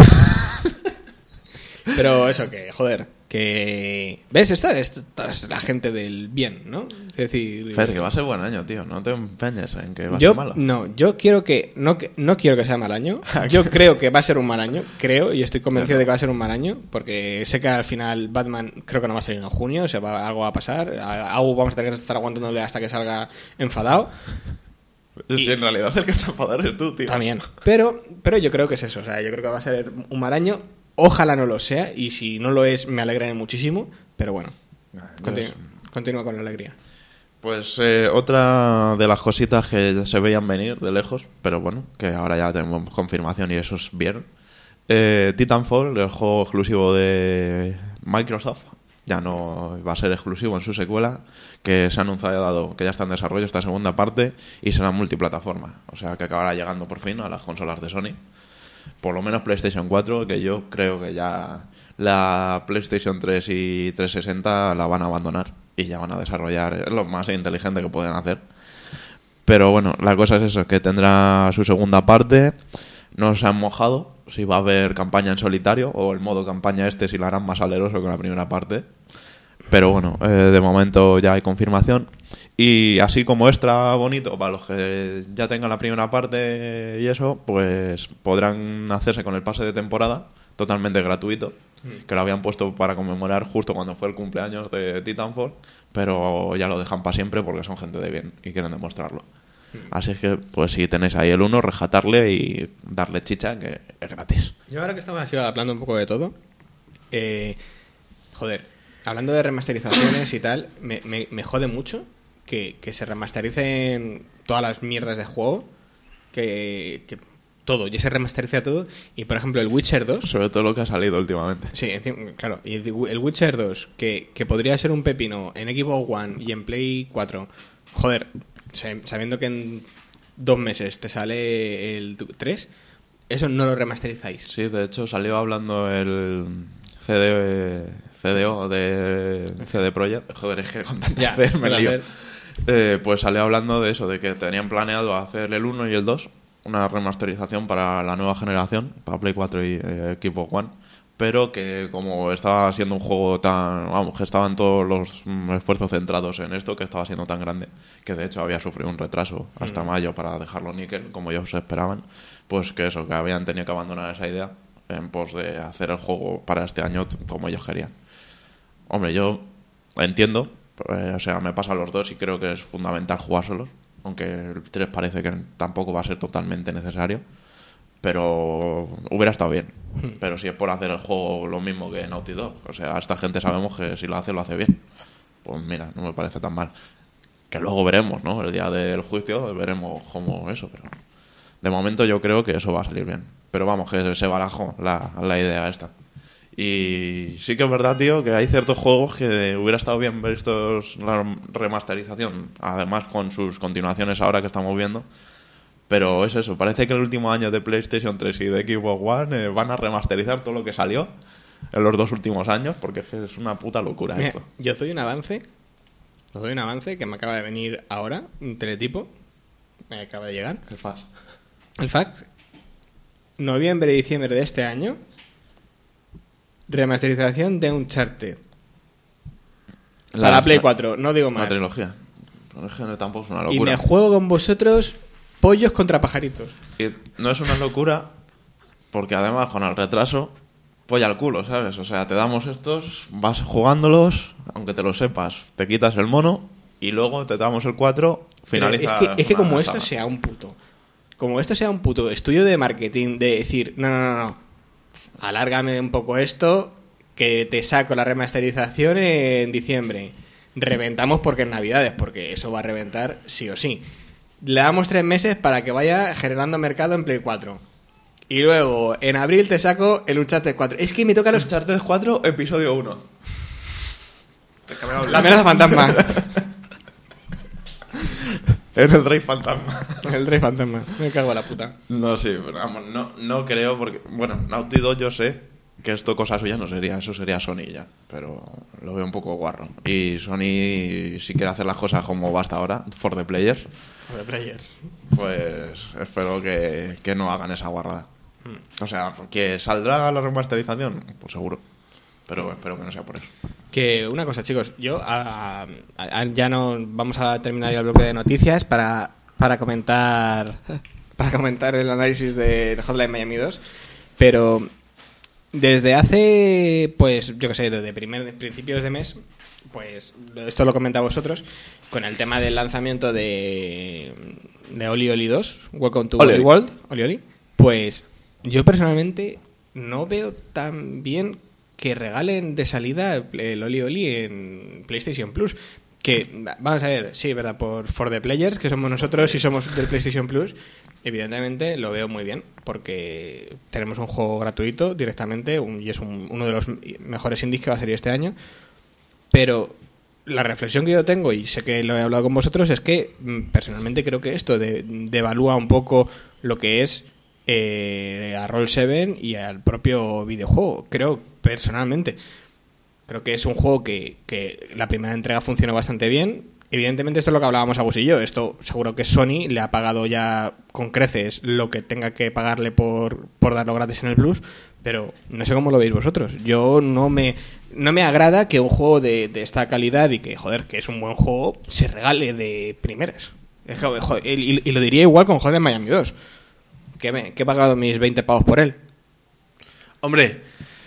Pero eso, que, joder, que... ¿Ves? Esta es la gente del bien, ¿no? Es decir...
Fer, que va a ser buen año, tío. No te empeñes en que va a ser malo.
No, yo quiero que... No quiero que sea mal año. Yo creo que va a ser un mal año. Creo, y estoy convencido de que va a ser un mal año. Porque sé que al final Batman creo que no va a salir en junio. O sea, algo va a pasar. Algo vamos a tener que estar aguantándole hasta que salga enfadado.
Si en realidad el que está enfadado eres tú, tío.
También. Pero yo creo que es eso. O sea, yo creo que va a ser un mal año. Ojalá no lo sea, y si no lo es, me alegraré muchísimo. Pero bueno, continúa con la alegría.
Pues otra de las cositas que se veían venir de lejos, pero bueno, que ahora ya tenemos confirmación y eso es bien. Titanfall, el juego exclusivo de Microsoft, ya no va a ser exclusivo en su secuela, que se ha anunciado que ya está en desarrollo esta segunda parte y será multiplataforma. O sea que acabará llegando por fin a las consolas de Sony. Por lo menos PlayStation 4, que yo creo que ya la PlayStation 3 y 360 la van a abandonar y ya van a desarrollar, es lo más inteligente que pueden hacer. Pero bueno, la cosa es eso, que tendrá su segunda parte. No se han mojado si va a haber campaña en solitario o el modo campaña si lo harán más aleroso que la primera parte. Pero bueno, de momento ya hay confirmación. Y así como extra bonito, para los que ya tengan la primera parte y eso, pues podrán hacerse con el pase de temporada, totalmente gratuito, que lo habían puesto para conmemorar justo cuando fue el cumpleaños de Titanfall, pero ya lo dejan para siempre porque son gente de bien y quieren demostrarlo. Así que, pues si tenéis ahí el 1, rejatarle y darle chicha, que es gratis.
Yo ahora que estamos así hablando un poco de todo, joder, hablando de remasterizaciones y tal, me jode mucho que se remastericen todas las mierdas de juego, que todo, ya se remasteriza todo. Y por ejemplo el Witcher 2,
sobre todo lo que ha salido últimamente.
sí, claro, y el Witcher 2 que podría ser un pepino en Xbox One y en Play 4, joder, sabiendo que en 2 meses te sale el 3, eso no lo remasterizáis.
Sí, de hecho salió hablando el CDO de CD Projekt. Joder, es que con tantas C me lío. Pues salió hablando de eso, de que tenían planeado hacer el 1 y el 2, una remasterización para la nueva generación, para Play 4 y Xbox One, pero que como estaba siendo un juego tan... Vamos, que estaban todos los esfuerzos centrados en esto, que estaba siendo tan grande, que de hecho había sufrido un retraso hasta mayo para dejarlo níquel, como ellos esperaban, pues que eso, que habían tenido que abandonar esa idea en pos de hacer el juego para este año como ellos querían. Hombre, yo entiendo, o sea, me pasa los dos y creo que es fundamental jugárselos, aunque el 3 parece que tampoco va a ser totalmente necesario, pero hubiera estado bien. Pero si es por hacer el juego lo mismo que Naughty Dog, o sea, esta gente sabemos que si lo hace bien, pues mira, no me parece tan mal. Que luego veremos, ¿no? El día del juicio veremos cómo eso, pero de momento yo creo que eso va a salir bien. Pero vamos, que se barajó la idea esta. Y sí que es verdad, tío, que hay ciertos juegos que hubiera estado bien ver la remasterización, además con sus continuaciones ahora que estamos viendo. Pero es eso, parece que el último año de PlayStation 3 y de Xbox One van a remasterizar todo lo que salió en los 2 últimos años, porque es una puta locura. Mira, esto.
Yo os doy un avance que me acaba de venir ahora, un teletipo, me acaba de llegar. El fax. Noviembre y diciembre de este año, remasterización de Uncharted. Para Play 4, no digo más.
La trilogía. Es que tampoco es una locura.
Y me juego con vosotros pollos contra pajaritos.
Y no es una locura, porque además con el retraso polla al culo, ¿sabes? O sea, te damos estos, vas jugándolos, aunque te los sepas, te quitas el mono y luego te damos el 4, finaliza.
Pero es que como
la
esto
saga.
sea un puto. Como esto sea un puto estudio de marketing, de decir, no. Alárgame un poco esto, que te saco la remasterización en diciembre. Reventamos porque en Navidades, porque eso va a reventar sí o sí. Le damos 3 meses para que vaya generando mercado en Play 4. Y luego, en abril te saco el Uncharted 4. Es que me toca los...
Uncharted 4, episodio 1.
La amenaza fantasma.
Es el Rey Fantasma.
El Rey Fantasma. Me cago en la puta.
No, sí, pero vamos, no creo porque... Bueno, Naughty Dog yo sé que esto cosa suya no sería, eso sería Sony ya, pero lo veo un poco guarro. Y Sony, si quiere hacer las cosas como va hasta ahora, for the players,
For the players.
pues espero que no hagan esa guarrada. O sea, que saldrá la remasterización, pues seguro, pero espero que no sea por eso.
Que una cosa, chicos, yo ya no vamos a terminar ya el bloque de noticias para comentar el análisis de Hotline Miami 2, pero desde hace, pues yo que sé, desde principios de mes, pues esto lo comenté a vosotros con el tema del lanzamiento de Oli Oli 2, Welcome to Oli World, Oli Oli, pues yo personalmente no veo tan bien que regalen de salida el Oli Oli en PlayStation Plus. Que, vamos a ver, sí, ¿verdad? For the players, que somos nosotros y somos del PlayStation Plus, evidentemente lo veo muy bien, porque tenemos un juego gratuito directamente y es uno de los mejores indies que va a salir este año. Pero la reflexión que yo tengo, y sé que lo he hablado con vosotros, es que personalmente creo que esto devalúa un poco lo que es a Roll7 y al propio videojuego, creo personalmente. Creo que es un juego que la primera entrega funcionó bastante bien. Evidentemente esto es lo que hablábamos Agus y yo. Esto seguro que Sony le ha pagado ya con creces lo que tenga que pagarle por darlo gratis en el Plus, pero no sé cómo lo veis vosotros. Yo no me agrada que un juego de esta calidad y que, joder, que es un buen juego, se regale de primeras. Es que, joder, y lo diría igual con Hotline Miami 2. Que he pagado mis 20 pavos por él.
Hombre,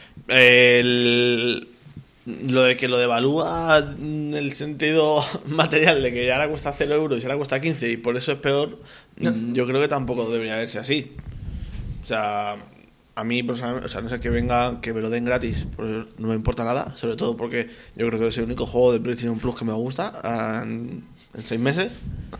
lo de que lo devalúa en el sentido material de que ahora cuesta 0 euros y ahora cuesta 15 y por eso es peor, no. Yo creo que tampoco debería verse así. O sea, a mí personalmente, o sea, no sé que venga, que me lo den gratis, pues no me importa nada, sobre todo porque yo creo que es el único juego de PlayStation Plus que me gusta en 6 meses.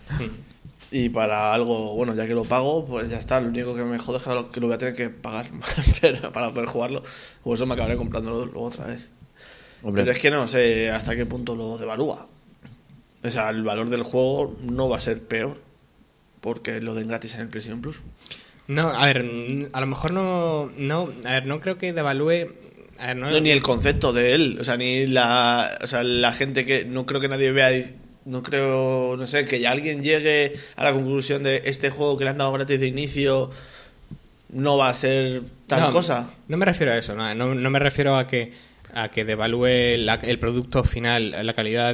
Y para algo, bueno, ya que lo pago, pues ya está. Lo único que me jode es que lo voy a tener que pagar para poder jugarlo. O eso me acabaré comprándolo luego otra vez. Hombre. Pero es que no sé hasta qué punto lo devalúa. O sea, el valor del juego no va a ser peor porque lo den gratis en el PlayStation Plus.
No, a ver, a lo mejor no creo que devalúe. A ver,
no, ni el concepto de él, o sea, ni la gente que no creo que nadie vea. No creo, no sé, que ya alguien llegue a la conclusión de este juego que le han dado gratis de inicio no va a ser tal cosa. No
me refiero a eso, no me refiero a que devalúe el producto final, la calidad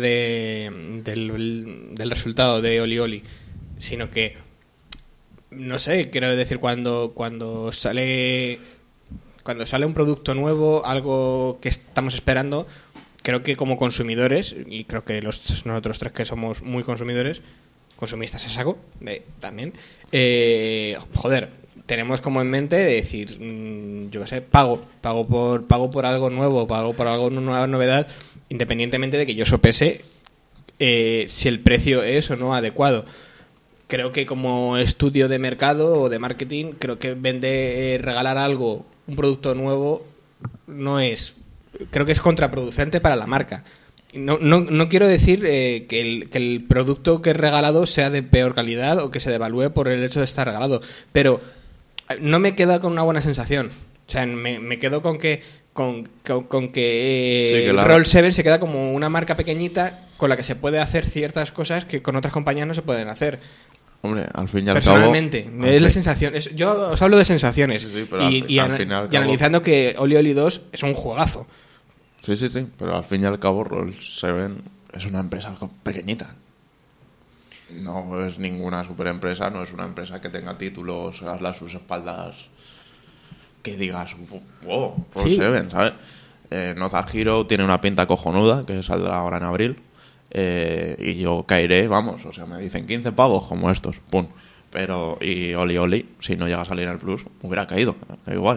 del resultado de Oli Oli, sino que, no sé, quiero decir, cuando sale un producto nuevo, algo que estamos esperando, creo que como consumidores, y creo que nosotros tres que somos muy consumidores, consumistas a saco, también, joder, tenemos como en mente de decir, yo qué sé, pago por algo nuevo, pago por algo, una nueva novedad, independientemente de que yo sopese si el precio es o no adecuado. Creo que como estudio de mercado o de marketing, creo que regalar algo, un producto nuevo, creo que es contraproducente para la marca. No quiero decir que el producto que es regalado sea de peor calidad o que se devalúe por el hecho de estar regalado, pero no me queda con una buena sensación. O sea, me quedo con que Roll7 se queda como una marca pequeñita con la que se puede hacer ciertas cosas que con otras compañías no se pueden hacer.
Hombre, al fin y al
personalmente,
cabo...
es la sensación. Yo os hablo de sensaciones.
Sí, pero y
analizando que Oli Oli 2 es un juegazo.
Sí, pero al fin y al cabo Roll7 es una empresa pequeñita. No es ninguna superempresa, no es una empresa que tenga títulos a sus espaldas que digas, wow, Roll
Sí.
7, ¿sabes? Noza Hero tiene una pinta cojonuda, que saldrá ahora en abril. Y yo caeré, vamos, o sea, me dicen 15 pavos como estos, pum. Pero, y Oli Oli, si no llega a salir el Plus, hubiera caído, da igual.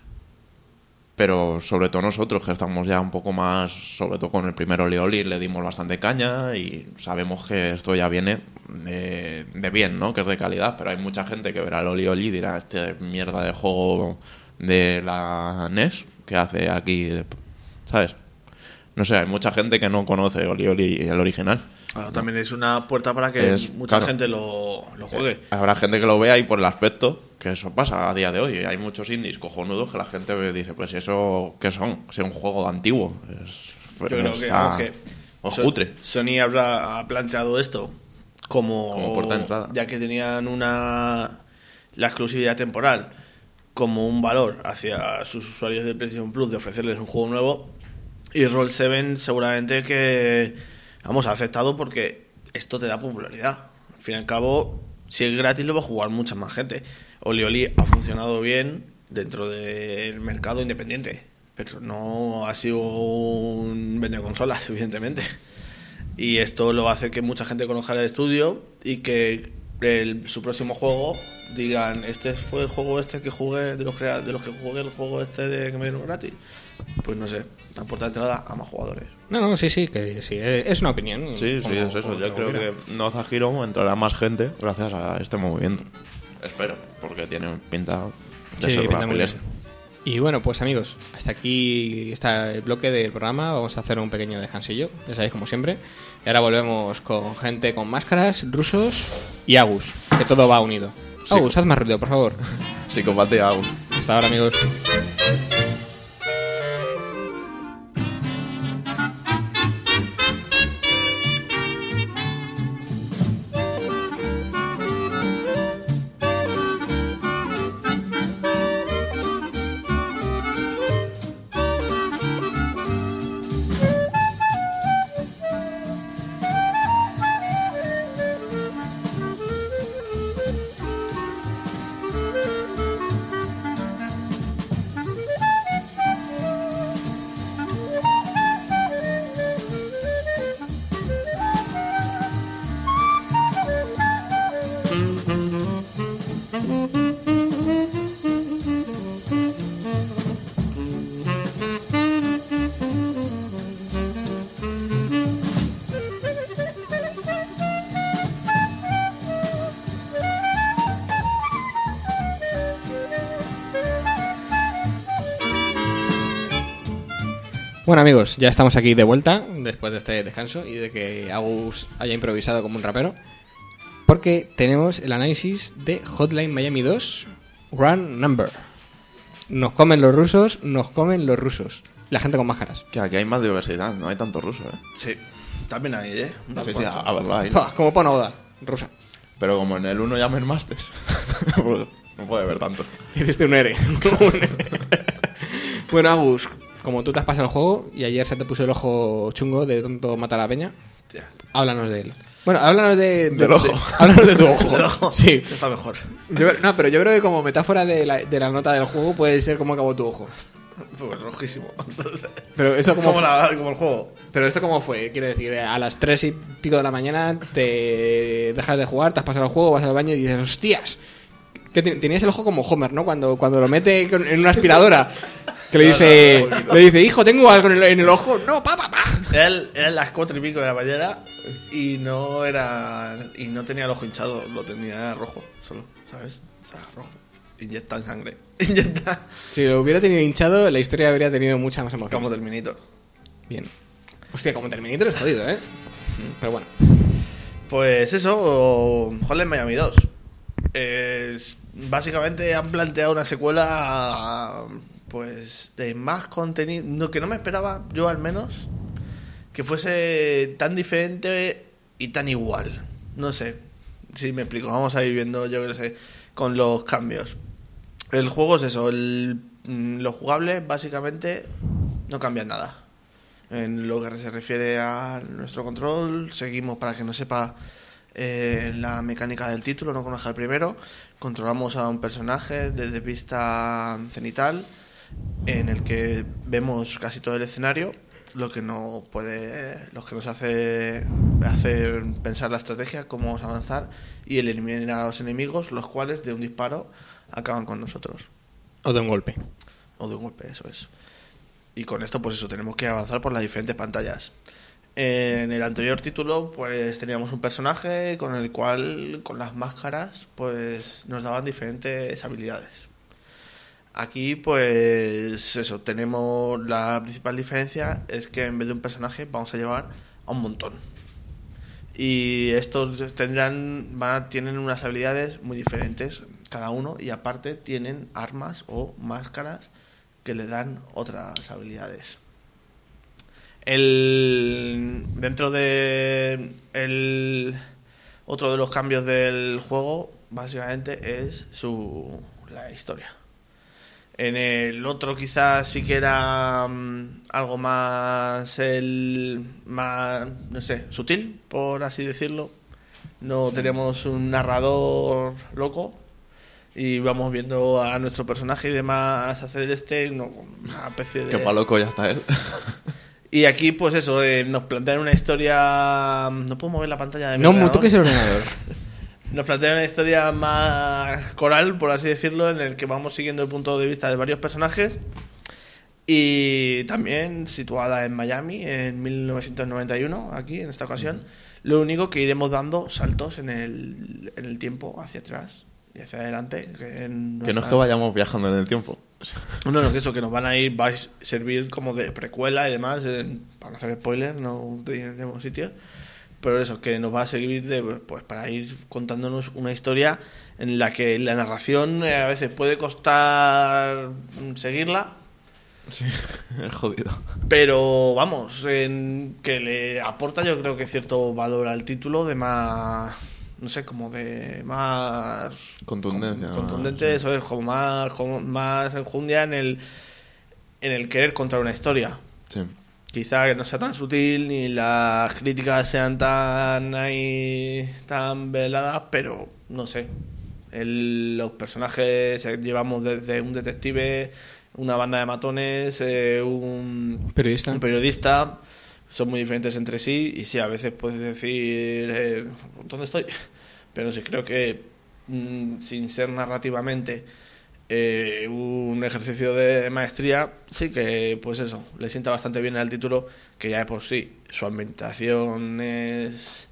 Pero sobre todo nosotros, que estamos ya un poco más, sobre todo con el primer Oli Oli, le dimos bastante caña y sabemos que esto ya viene de bien, ¿no? Que es de calidad, pero hay mucha gente que verá el Oli Oli y dirá, este mierda de juego de la NES que hace aquí, ¿sabes? No sé, hay mucha gente que no conoce Oli Oli, el original.
Claro, también es una puerta para que mucha
claro,
gente lo juegue.
Habrá gente que lo vea y por el aspecto, que eso pasa a día de hoy. Hay muchos indies cojonudos que la gente dice, pues ¿eso qué son? Si es un juego antiguo.
Yo creo que, vamos, que
o cutre.
Sony ha planteado esto como
puerta de entrada.
Ya que tenían la exclusividad temporal como un valor hacia sus usuarios de PlayStation Plus de ofrecerles un juego nuevo, y Roll 7 seguramente que ha aceptado porque esto te da popularidad. Al fin y al cabo, si es gratis lo va a jugar mucha más gente. Oli Oli ha funcionado bien dentro del mercado independiente, pero no ha sido un vende consolas, evidentemente. Y esto lo va a hacer que mucha gente conozca el estudio y que su próximo juego digan, este fue el juego que jugué de los que jugué el juego que me dieron gratis. Pues no sé, la puerta de entrada a más jugadores.
No, sí, que sí, es una opinión.
Sí, es eso. Yo creo que Noza Hero entrará más gente gracias a este movimiento. Espero, porque tiene pinta de ser una pelea.
Y bueno, pues amigos, hasta aquí está el bloque del programa. Vamos a hacer un pequeño descansillo, ya sabéis, como siempre. Y ahora volvemos con gente con máscaras, rusos y Agus, que todo va unido.
Sí.
Agus, haz más ruido, por favor.
Psicopatía Agus.
Hasta ahora, amigos. Bueno amigos, ya estamos aquí de vuelta después de este descanso y de que Agus haya improvisado como un rapero, porque tenemos el análisis de Hotline Miami 2 Run Number. Nos comen los rusos, la gente con máscaras.
Que aquí hay más diversidad, no hay tanto ruso, ¿eh?
Sí, también hay, ¿eh?
Sí, a ver, va,
Pah, como Ponoda, rusa.
pero como en el 1 ya mermaste, pues no puede haber tanto.
Hiciste un ERE. Bueno, Agus, como tú te has pasado el juego y ayer se te puso el ojo chungo de tanto matar a la peña,
Hostia.
háblanos de él. Bueno, háblanos
Del ojo.
Háblanos de tu ojo.
El ojo
Sí.
está mejor.
No, pero yo creo que como metáfora de la nota del juego puede ser cómo acabó tu ojo.
Pues rojísimo. Entonces,
Pero eso como
como el juego.
Pero esto cómo fue, quiero decir, a las 3 y pico de la mañana te dejas de jugar, te has pasado el juego, vas al baño y dices, hostias, que tenías el ojo como Homer, ¿no? Cuando lo mete en una aspiradora, que le dice, hijo, tengo algo en el ojo. No, pa.
Eran las 4 y pico de la mañana y no tenía el ojo hinchado, lo tenía rojo solo, ¿sabes? O sea, rojo. Inyectan sangre.
Si lo hubiera tenido hinchado, la historia habría tenido mucha más emoción.
Como Terminator.
Bien. Hostia, como Terminator es jodido, ¿eh? Pero bueno.
Pues eso, Hotline Miami 2. Básicamente han planteado una secuela pues de más contenido, que no me esperaba, yo al menos, que fuese tan diferente y tan igual. No sé si me explico. Vamos a ir viendo, yo qué sé, con los cambios. El juego es eso, los jugables básicamente no cambian nada. En lo que se refiere a nuestro control, seguimos, para que no sepa, la mecánica del título, no como el primero. Controlamos a un personaje desde vista cenital, en el que vemos casi todo el escenario, lo que nos hace pensar la estrategia, cómo vamos a avanzar y el eliminar a los enemigos, los cuales de un disparo acaban con nosotros.
O de un golpe.
O de un golpe, eso es. Y con esto, pues eso, tenemos que avanzar por las diferentes pantallas. En el anterior título, pues teníamos un personaje con el cual, con las máscaras, pues nos daban diferentes habilidades. Aquí, pues eso, tenemos la principal diferencia es que en vez de un personaje vamos a llevar a un montón. Y estos tienen unas habilidades muy diferentes cada uno, y aparte tienen armas o máscaras que le dan otras habilidades. Dentro de otro de los cambios del juego, básicamente, es la historia. En el otro quizás sí que era algo más no sé, sutil, por así decirlo. No teníamos un narrador loco y vamos viendo a nuestro personaje y demás hacer una especie de...
Que pa' loco ya está él.
Y aquí, pues eso, nos plantean una historia... No puedo mover la pantalla de mi
No,
ordenador.
toques el ordenador.
Nos plantean una historia más coral, por así decirlo, en el que vamos siguiendo el punto de vista de varios personajes, y también situada en Miami en 1991, aquí en esta ocasión. Lo único que iremos dando saltos en el tiempo hacia atrás y hacia adelante.
Que no es que vayamos viajando en el tiempo.
No, que eso, que nos va a servir como de precuela y demás, para no hacer spoilers, no tenemos sitio. Pero eso, que nos va a servir pues para ir contándonos una historia en la que la narración a veces puede costar seguirla.
Sí, es jodido.
Pero vamos, que le aporta, yo creo que cierto valor al título, de más, no sé, como de más
contundencia.
Contundente, eso es, como más enjundia en el querer contar una historia.
Sí.
Quizá que no sea tan sutil ni las críticas sean tan veladas, pero no sé. Los personajes llevamos desde un detective, una banda de matones, un periodista, son muy diferentes entre sí, y sí, a veces puedes decir ¿dónde estoy? Pero sí creo que sin ser narrativamente un ejercicio de maestría, sí que pues eso, le sienta bastante bien al título, que ya de por sí su ambientación es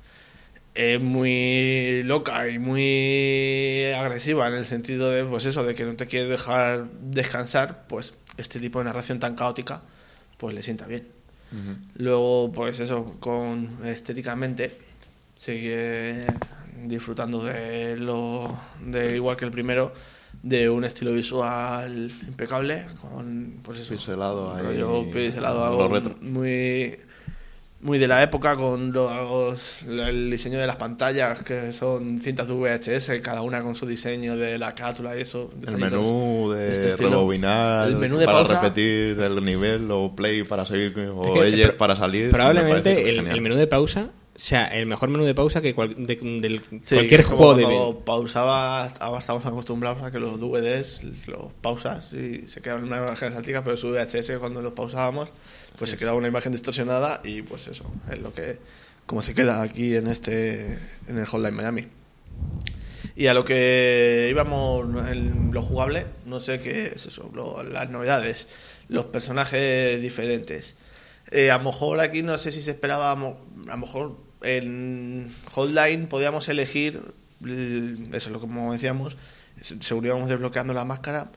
muy loca y muy agresiva, en el sentido de pues eso, de que no te quiere dejar descansar. Pues este tipo de narración tan caótica pues le sienta bien. Uh-huh. Luego pues eso, estéticamente sigue disfrutando de igual que el primero, de un estilo visual impecable, con pues eso,
pixelado ahí,
algo retro, muy de la época, con el diseño de las pantallas, que son cintas de VHS, cada una con su diseño de la carátula y eso.
El menú de rebobinar, el menú de para pausa, repetir el nivel, o play para seguir, o Eject para salir.
Probablemente el menú de pausa sea el mejor menú de pausa que cualquier juego de vídeo.
Pausaba, ahora estamos acostumbrados a que los DVDs los pausas y se quedaban una imagen estática, pero su VHS, cuando los pausábamos, pues se quedaba una imagen distorsionada, y pues eso es como se queda aquí en el Hotline Miami. Y a lo que íbamos, en lo jugable, no sé qué es eso, las novedades, los personajes diferentes. A lo mejor aquí no sé si se esperaba, a lo mejor en Hotline podíamos elegir eso, lo como decíamos, según íbamos desbloqueando la máscara,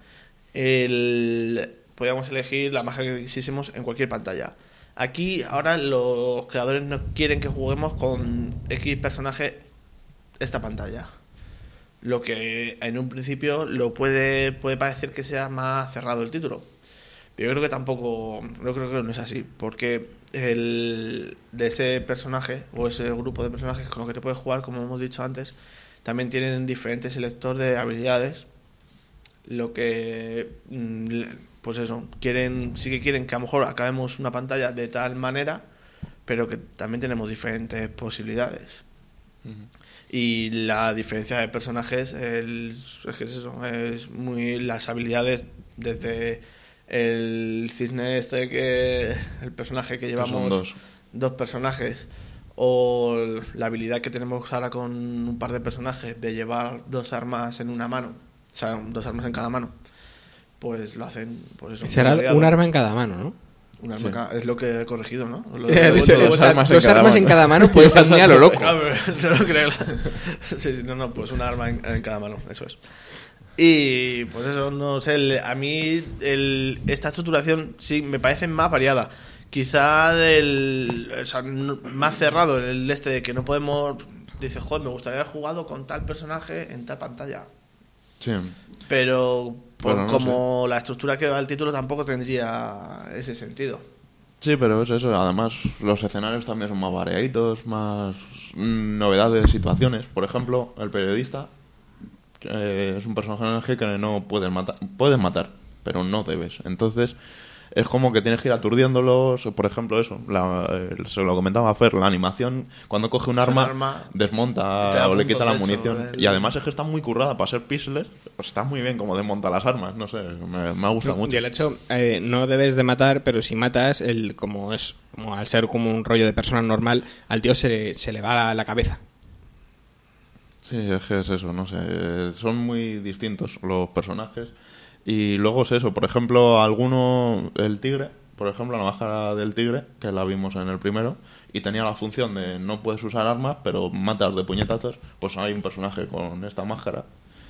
podíamos elegir la máscara que quisiésemos en cualquier pantalla. Aquí ahora los creadores no quieren que juguemos con X personaje esta pantalla, lo que en un principio puede parecer que sea más cerrado el título. Yo creo que no es así, porque de ese personaje o ese grupo de personajes con los que te puedes jugar, como hemos dicho antes, también tienen diferentes selectores de habilidades, lo que pues eso, sí que quieren que a lo mejor acabemos una pantalla de tal manera, pero que también tenemos diferentes posibilidades. Y la diferencia de personajes es que es eso, es muy las habilidades desde el cisne el personaje que llevamos,
son
dos personajes, o la habilidad que tenemos ahora con un par de personajes de llevar dos armas en una mano, o sea, dos armas en cada mano, pues lo hacen por eso.
Será un arma en cada mano, ¿no?
Un arma es lo que he corregido, ¿no?
De hecho, dos armas en cada mano puede ser muy a lo loco.
No lo creo. Sí, no, pues una arma en cada mano, eso es. Y pues eso, no sé, a mí esta estructuración sí me parece más variada. Quizá más cerrado en el de que no podemos... Dices, joder, me gustaría haber jugado con tal personaje en tal pantalla.
Sí.
Pero
no
como la estructura que va el título tampoco tendría ese sentido.
Sí, pero es eso. Además, los escenarios también son más variaditos, más novedades, situaciones. Por ejemplo, el periodista es un personaje que no puedes matar. Puedes matar, pero no debes. Entonces, es como que tienes que ir aturdiéndolos. Por ejemplo, eso. Se lo comentaba a Fer. La animación, cuando coge un arma desmonta o le quita la munición. Y además es que está muy currada para ser píxeles. Pues está muy bien como desmonta las armas. No sé, me ha gustado mucho.
Y el hecho, no debes de matar, pero si matas, como al ser como un rollo de persona normal, al tío se le va la cabeza.
Sí, es que es eso, no sé. Son muy distintos los personajes. Y luego es eso, por ejemplo, el tigre, por ejemplo, la máscara del tigre, que la vimos en el primero, y tenía la función de no puedes usar armas, pero matas de puñetazos. Pues hay un personaje con esta máscara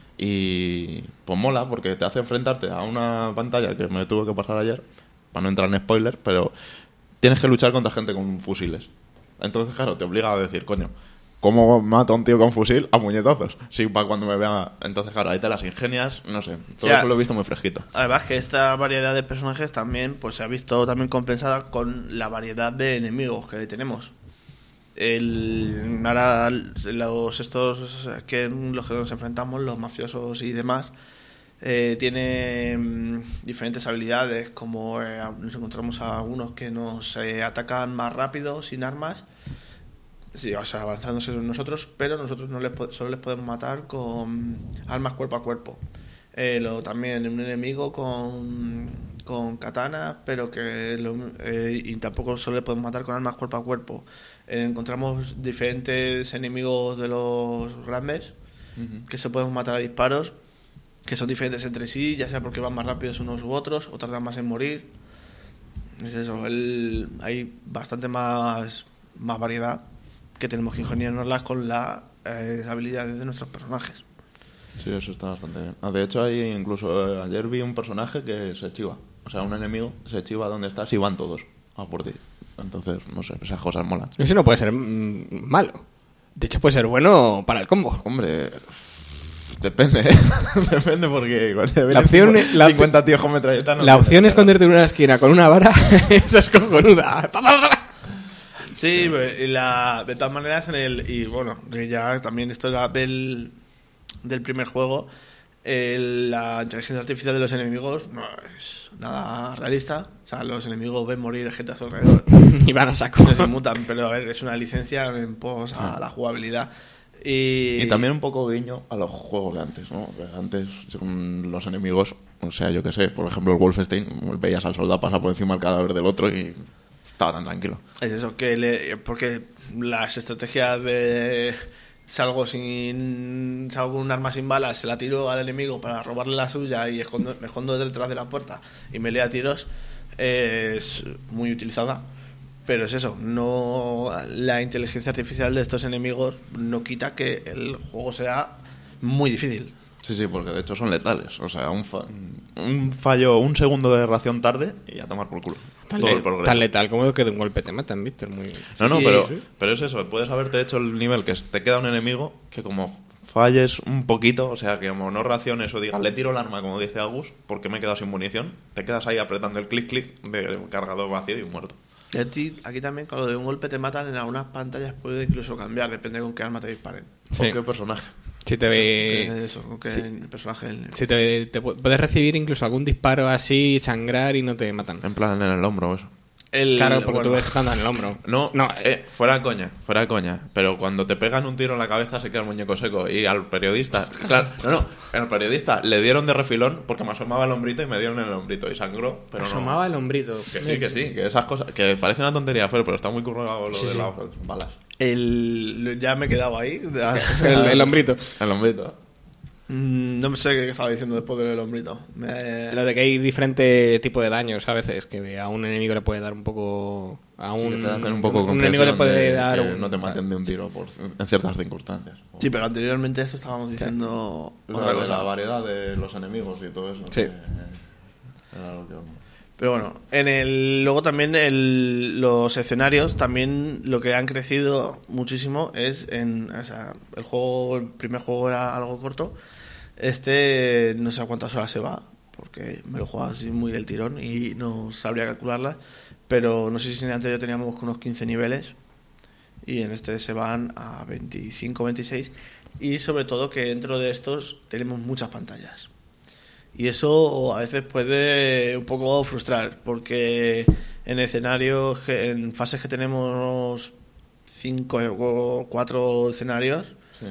y pues mola, porque te hace enfrentarte a una pantalla que me tuvo que pasar ayer, para no entrar en spoilers, pero tienes que luchar contra gente con fusiles. Entonces, claro, te obliga a decir, coño, ¿cómo mato a un tío con fusil a puñetazos? Sí, para cuando me vea... Entonces, claro, ahí te las ingenias, no sé. Todo eso lo he visto muy fresquito.
Además que esta variedad de personajes también pues se ha visto también compensada con la variedad de enemigos que tenemos. Ahora los que nos enfrentamos, los mafiosos y demás, tienen diferentes habilidades, como nos encontramos a algunos que nos atacan más rápido, sin armas. Sí, o sea, avanzándose nosotros, pero nosotros solo les podemos matar con armas cuerpo a cuerpo. También un enemigo con katana, pero y tampoco solo le podemos matar con armas cuerpo a cuerpo. Encontramos diferentes enemigos de los grandes que se pueden matar a disparos, que son diferentes entre sí, ya sea porque van más rápidos unos u otros o tardan más en morir. Es eso, hay bastante más variedad, que tenemos que ingeniárnoslas con las habilidades de nuestros personajes.
Sí, eso está bastante bien. De hecho, hay incluso ayer vi un personaje que se chiva. O sea, un enemigo se chiva donde estás y van todos a por ti. Entonces, no sé, esas cosas molan.
Eso no puede ser malo. De hecho, puede ser bueno para el combo.
Hombre, depende, ¿eh? Depende porque
la opción,
50 tíos con metralleta no.
La opción es esconderte en una esquina con una vara. Eso es cojonuda.
Sí, de todas maneras y bueno, ya también esto era del primer juego, la inteligencia artificial de los enemigos no es nada realista. O sea, los enemigos ven morir gente a su alrededor
y van a saco.
No se mutan, pero a ver, es una licencia en pos a la jugabilidad. Y
también un poco guiño a los juegos de antes, ¿no? Antes los enemigos, o sea, yo qué sé, por ejemplo el Wolfenstein, veías al soldado pasar por encima del cadáver del otro y estaba tan tranquilo.
Es eso, porque las estrategias de salgo con un arma sin balas, se la tiro al enemigo para robarle la suya y me escondo detrás de la puerta y me lea tiros, es muy utilizada. Pero es eso, no, la inteligencia artificial de estos enemigos no quita que el juego sea muy difícil.
Sí, porque de hecho son letales. O sea, un fallo, un segundo de reacción tarde y a tomar por culo.
Tan letal como que de un golpe te matan, ¿viste?
Pero es eso. Puedes haberte hecho el nivel que te queda un enemigo que como falles un poquito, o sea, que como no reacciones o digas, le tiro el arma, como dice Agus, porque me he quedado sin munición, te quedas ahí apretando el clic de cargador vacío y muerto.
Y aquí también, con lo de un golpe te matan, en algunas pantallas puede incluso cambiar, depende de con qué arma te disparen.
Sí. ¿Con qué personaje?
Si te ve...
el personaje...
Si te puedes recibir incluso algún disparo así, sangrar y no te matan.
En plan, en el hombro o eso.
Claro, porque
bueno,
tú ves estando en el hombro.
No,
no
fuera de coña. Pero cuando te pegan un tiro en la cabeza se queda el muñeco seco. Y al periodista, claro, al periodista le dieron de refilón porque me asomaba el hombrito y me dieron en el hombrito y sangró, pero
asomaba el hombrito.
Que sí, que esas cosas, que parece una tontería, pero está muy currado lo de las balas.
Ya me he quedado ahí.
El hombrito.
El hombrito.
No sé qué estaba diciendo después del hombrito.
Lo de que hay diferentes tipos de daños a veces, que a un enemigo le puede dar un poco...
Que te hacen un poco
un enemigo le puede dar...
que no te maten de un tiro en ciertas circunstancias.
Sí, pero anteriormente esto estábamos diciendo otra cosa.
La variedad de los enemigos y todo eso.
Sí.
Era lo que...
Pero bueno, luego también los escenarios, también lo que han crecido muchísimo es el primer juego era algo corto. No sé a cuántas horas se va, porque me lo jugaba así muy del tirón y no sabría calcularlas. Pero no sé si en el anterior teníamos unos 15 niveles y en este se van a 25, 26. Y sobre todo que dentro de estos tenemos muchas pantallas. Y eso a veces puede un poco frustrar, porque en escenarios, en fases que tenemos 5 o 4 escenarios, sí,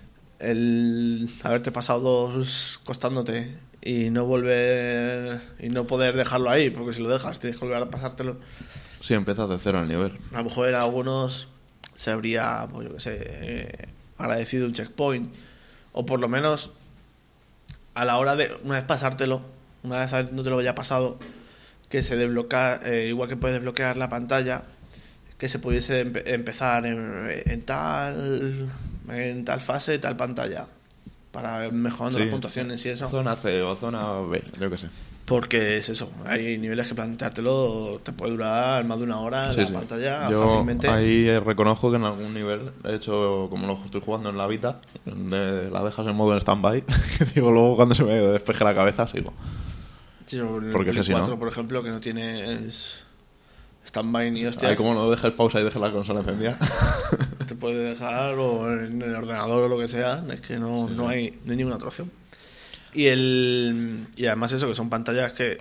el haberte pasado 2 costándote y no volver y no poder dejarlo ahí, porque si lo dejas tienes que volver a pasártelo.
Sí, empiezas de cero el nivel.
A lo mejor en algunos se habría, pues yo qué sé, agradecido un checkpoint, o por lo menos a la hora de, una vez pasártelo, una vez no te lo haya pasado, que se desbloquea, igual que puedes desbloquear la pantalla, que se pudiese empezar en tal fase, tal pantalla, para ir mejorando las puntuaciones y eso.
Zona C o zona B, yo qué sé.
Porque es eso, hay niveles que planteártelo te puede durar más de una hora en la pantalla fácilmente.
Yo ahí reconozco que en algún nivel he hecho, como lo estoy jugando en la Vita, la dejas en modo en stand-by, digo, luego cuando se me despeje la cabeza sigo.
Sí, en
porque
el Play 4,
no,
por ejemplo, que no tienes stand-by ni hostias.
Ahí como no dejes pausa y dejes la consola encendida.
Te puede dejar o en el ordenador o lo que sea, es que no hay ninguna otra opción. Y además eso, que son pantallas que,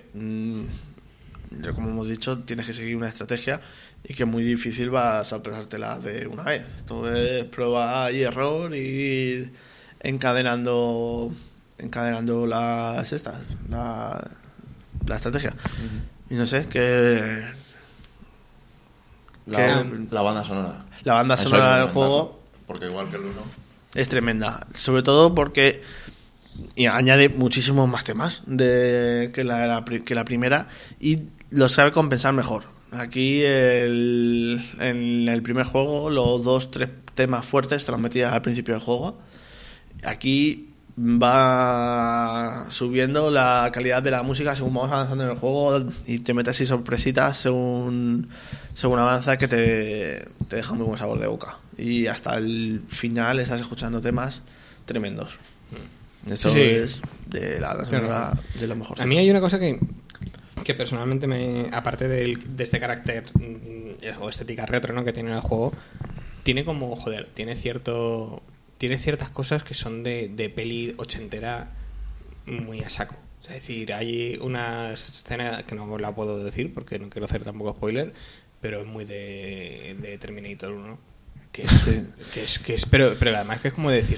como hemos dicho, tienes que seguir una estrategia y que es muy difícil vas a pasártela de una vez. Todo es prueba y error y ir encadenando la estrategia. Y no sé,
la banda sonora.
La banda sonora del juego,
porque igual que el 1,
es tremenda. Sobre todo porque y añade muchísimos más temas que la primera y lo sabe compensar mejor. Aquí en el primer juego los 2-3 temas fuertes te los metías al principio del juego. Aquí va subiendo la calidad de la música según vamos avanzando en el juego y te metes así sorpresitas según avanza, que te deja muy buen sabor de boca y hasta el final estás escuchando temas tremendos. Esto es de de lo mejor.
A mí hay una cosa que personalmente aparte de este carácter o estética retro, ¿no?, que tiene el juego, tiene como, tiene ciertas cosas que son de peli ochentera muy a saco. Es decir, hay una escena que no la puedo decir porque no quiero hacer tampoco spoiler, pero es muy de Terminator 1, que es pero además que es como decir,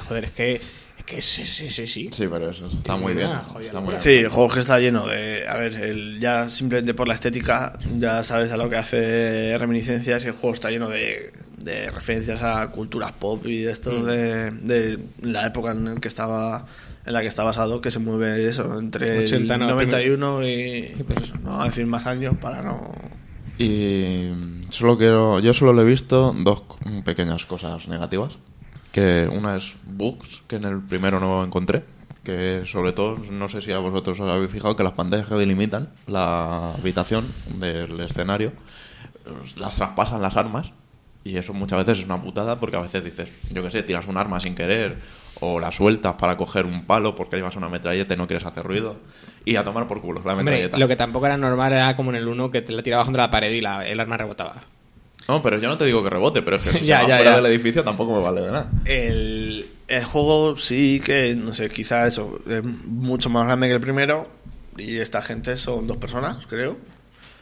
sí.
Sí, pero eso está muy bien.
Sí, el juego que está lleno de... A ver, ya simplemente por la estética ya sabes a lo que hace reminiscencias, y el juego está lleno de referencias a culturas pop y esto de la época en la que está basado, que se mueve eso, entre 80, el 91 y pues eso, no voy a decir más años para no...
Y yo solo le he visto 2 pequeñas cosas negativas. Que una es bugs, que en el primero no encontré, que sobre todo, no sé si a vosotros os habéis fijado, que las pantallas que delimitan la habitación del escenario las traspasan las armas, y eso muchas veces es una putada, porque a veces dices, yo qué sé, tiras un arma sin querer o la sueltas para coger un palo porque llevas una metralleta y no quieres hacer ruido, y a tomar por culo la metralleta.
Hombre, lo que tampoco era normal era como en el 1, que te la tirabas contra la pared y el arma rebotaba.
No, pero yo no te digo que rebote, pero es que si se va fuera del edificio tampoco me vale de nada.
El juego sí que, no sé, quizá eso es mucho más grande que el primero, y esta gente son 2 personas, creo.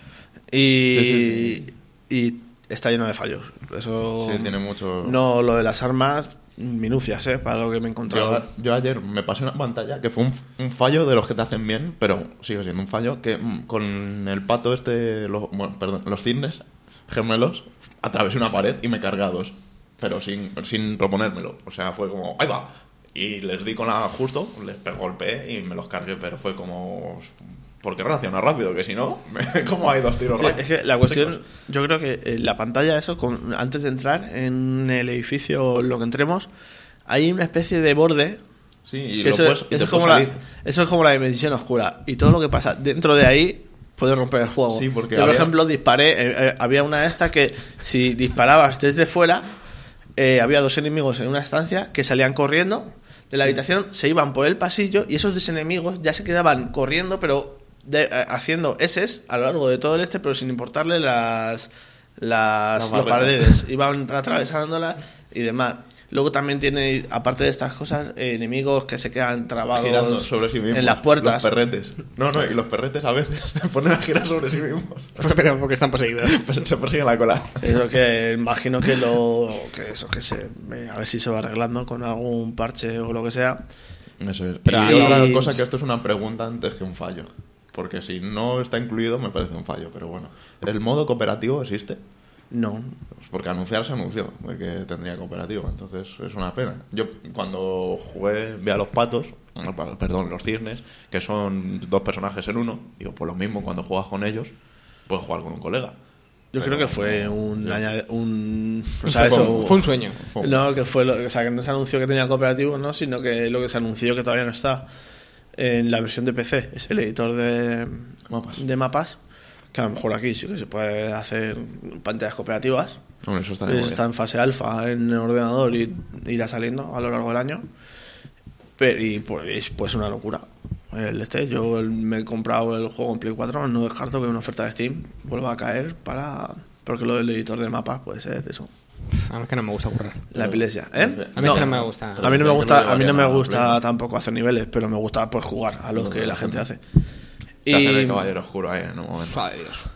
y está lleno de fallos. Eso
Sí, tiene mucho...
No, lo de las armas, minucias, para lo que me he encontrado.
Yo ayer me pasé una pantalla que fue un fallo de los que te hacen bien, pero sigue siendo un fallo, que con el pato los cisnes gemelos, atravesé una pared y me cargué a 2, pero sin proponérmelo. O sea, fue como, ¡ahí va! Y les di con la justo, les golpeé y me los cargué, pero fue como... ¿Por qué reacciona rápido? Que si no, ¿cómo hay 2 tiros
Sí,
rápidos?
es que la cuestión, yo creo que en la pantalla, antes de entrar en el edificio, lo que entremos, hay una especie de borde.
Sí, y
Que eso es como la dimensión oscura. Y todo lo que pasa dentro de ahí puede romper el juego.
Sí, porque
yo, por ejemplo, disparé. Había una de estas que, si disparabas desde fuera, había 2 enemigos en una estancia que salían corriendo de la habitación, se iban por el pasillo y esos 2 enemigos ya se quedaban corriendo, pero haciendo S's a lo largo de todo el pero sin importarle las paredes. Iban atravesándolas y demás. Luego también tiene, aparte de estas cosas, enemigos que se quedan trabados
girando sobre sí mismos,
en las puertas.
Los perretes. No, y los perretes a veces se ponen a girar sobre sí mismos.
Pero porque están poseídos.
Pues se persiguen la cola.
Eso que imagino que a ver si se va arreglando con algún parche o lo que sea.
Eso es.
Pero
y otra
ahí-
cosa, que esto es una pregunta antes que un fallo. Porque si no está incluido me parece un fallo, pero bueno. ¿El modo cooperativo existe?
No.
Pues porque se anunció de que tendría cooperativo, entonces es una pena. Yo cuando jugué vi a los patos, los cisnes, que son 2 personajes en uno, digo, pues lo mismo, cuando juegas con ellos, puedes jugar con un colega.
Yo
Pero
creo que fue
no,
o sea,
Fue un sueño.
No, que fue o sea, que no se anunció que tenía cooperativo, no, sino que lo que se anunció que todavía no está en la versión de PC, es el editor de mapas, que a lo mejor aquí sí que se puede hacer pantallas cooperativas.
Bueno, eso estaría muy bien.
Está en fase alfa en el ordenador y irá saliendo a lo largo del año. Y pues una locura. Yo me he comprado el juego en Play 4, no descarto que una oferta de Steam vuelva a caer porque lo del editor de mapas puede ser eso.
A mí es que no me gusta currar.
La epilepsia,
A mí es que no me gusta.
A mí no me gusta, a mí no me
Play.
gusta tampoco hacer niveles, pero me gusta pues jugar a los que la gente hace.
Te hacen el caballero oscuro ahí en un momento.
Ay, Dios.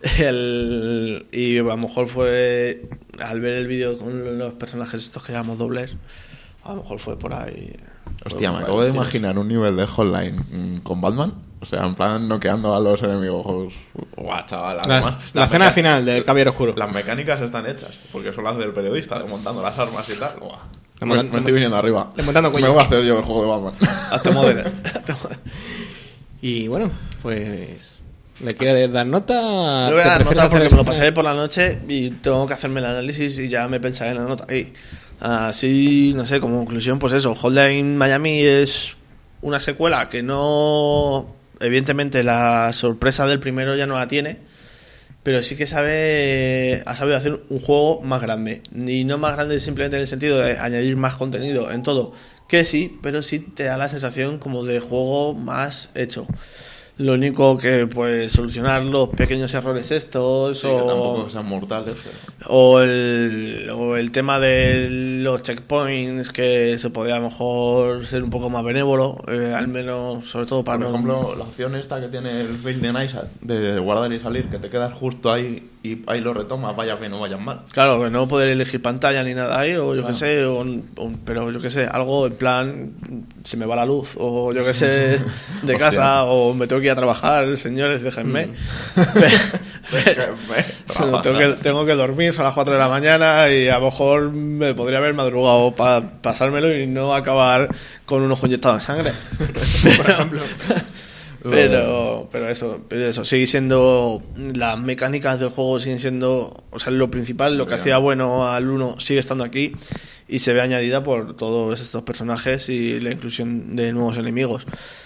Y a lo mejor fue al ver el vídeo con los personajes estos que llamamos dobles, a lo mejor fue por ahí.
Hostia, me acabo de imaginar un nivel de Hotline con Batman. O sea, en plan noqueando a los enemigos. Guau, chaval. Además,
La escena final del Caballero Oscuro.
Las mecánicas están hechas, porque son las del periodista, desmontando las armas y tal. Guau.
Desmonta-
Me estoy viniendo arriba.
desmontando cuello.
Me voy a hacer yo el juego de Batman.
Hasta modelo.
Y bueno, pues... ¿Le quiere dar nota?
No voy a
¿Te
dar
prefieres
nota
hacer
porque
esta
me lo
escena?
pasaré por la noche y tengo que hacerme el análisis y ya me pensaré en la nota ahí. Así, no sé, como conclusión, pues eso, Hotline Miami es una secuela que no... Evidentemente la sorpresa del primero ya no la tiene, pero sí que ha sabido hacer un juego más grande. Y no más grande simplemente en el sentido de añadir más contenido en todo, que sí, pero sí te da la sensación como de juego más hecho. Lo único que pues solucionar los pequeños errores estos
Sí, que tampoco sean mortales.
o el tema de los checkpoints, que se podría a lo mejor ser un poco más benévolo, al menos sobre todo para
Por
no...
ejemplo, la opción esta que tiene el Fail de Nice de guardar y salir, que te quedas justo ahí y ahí lo retomas, vayas bien o vayas mal.
Claro, que no poder elegir pantalla ni nada ahí, o yo qué sé, pero yo qué sé, algo en plan, se me va la luz, o yo qué sé, de
Hostia.
casa, o me tengo que ir a trabajar, señores, déjenme. Tengo que dormir, son las 4 de la mañana y a lo mejor me podría haber madrugado para pasármelo y no acabar con un ojo inyectado en sangre. Por ejemplo. Pero eso sigue siendo, las mecánicas del juego siguen siendo, o sea, lo principal, lo que hacía bueno al 1 sigue estando aquí y se ve añadida por todos estos personajes y la inclusión de nuevos enemigos.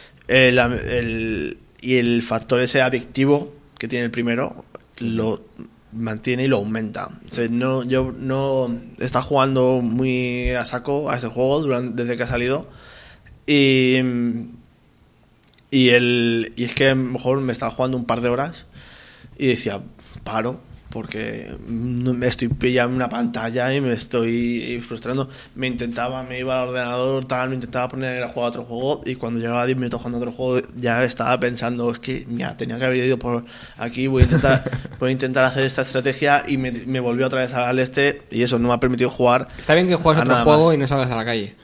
Y el factor ese adictivo que tiene el primero lo mantiene y lo aumenta. O sea, yo no está jugando muy a saco a este juego desde que ha salido y es que a lo mejor me estaba jugando un par de horas y decía, paro, porque me estoy pillando una pantalla y me estoy frustrando. Me iba al ordenador, tal, me intentaba poner a jugar a otro juego, y cuando llegaba a 10 minutos jugando a otro juego ya estaba pensando, es que ya tenía que haber ido por aquí, voy a intentar hacer esta estrategia, y me volvió otra vez al y eso no me ha permitido jugar.
Está bien que juegues otro juego y no salgas a la calle.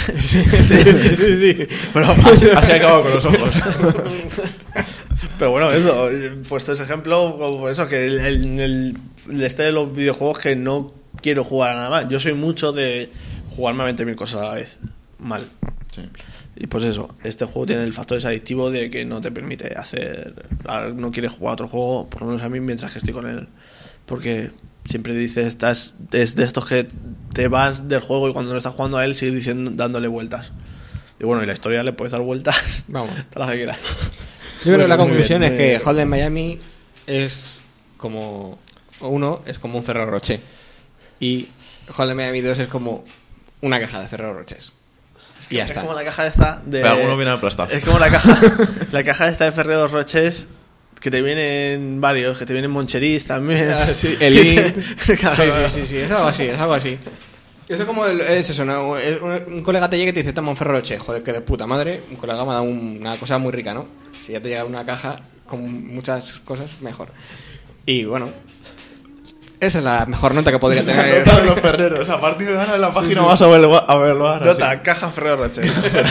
sí.
Bueno, así acabo con los ojos.
Pero bueno, eso, puesto ese ejemplo, como eso, que el de los videojuegos, que no quiero jugar a nada más. Yo soy mucho de jugarme a 20.000 cosas a la vez. Mal.
Sí.
Y pues eso, este juego tiene el factor ese adictivo de que no te permite hacer... No quieres jugar a otro juego, por lo menos a mí, mientras que estoy con él. Porque siempre dices, es de estos que te vas del juego y cuando no estás jugando a él sigues dándole vueltas. Y bueno, y la historia le puedes dar vueltas.
Vamos.
Todas las que quieras.
Yo creo que la conclusión
bien.
es que Hotline Miami es como... Uno es como un Ferrero Rocher. Y Hotline Miami 2 es como una caja de Ferrero Rochers. Y ya está.
Es como la caja esta de...
Pero alguno viene aplastado.
Es como la caja esta de Ferrero Rochers, que te vienen varios, que te vienen Moncheris también.
Sí, Elite. Sí, es algo así. Eso es como es eso, ¿no? Un colega te llega y te dice, toma un Ferrero Rocher, joder, que de puta madre. Un colega me ha dado una cosa muy rica, ¿no? Si ya te llega una caja con muchas cosas, mejor. Y bueno, esa es la mejor nota que podría tener
Los Ferreros, a partir de ahora en la página vas a evaluar.
Nota, caja Ferrero Rocher.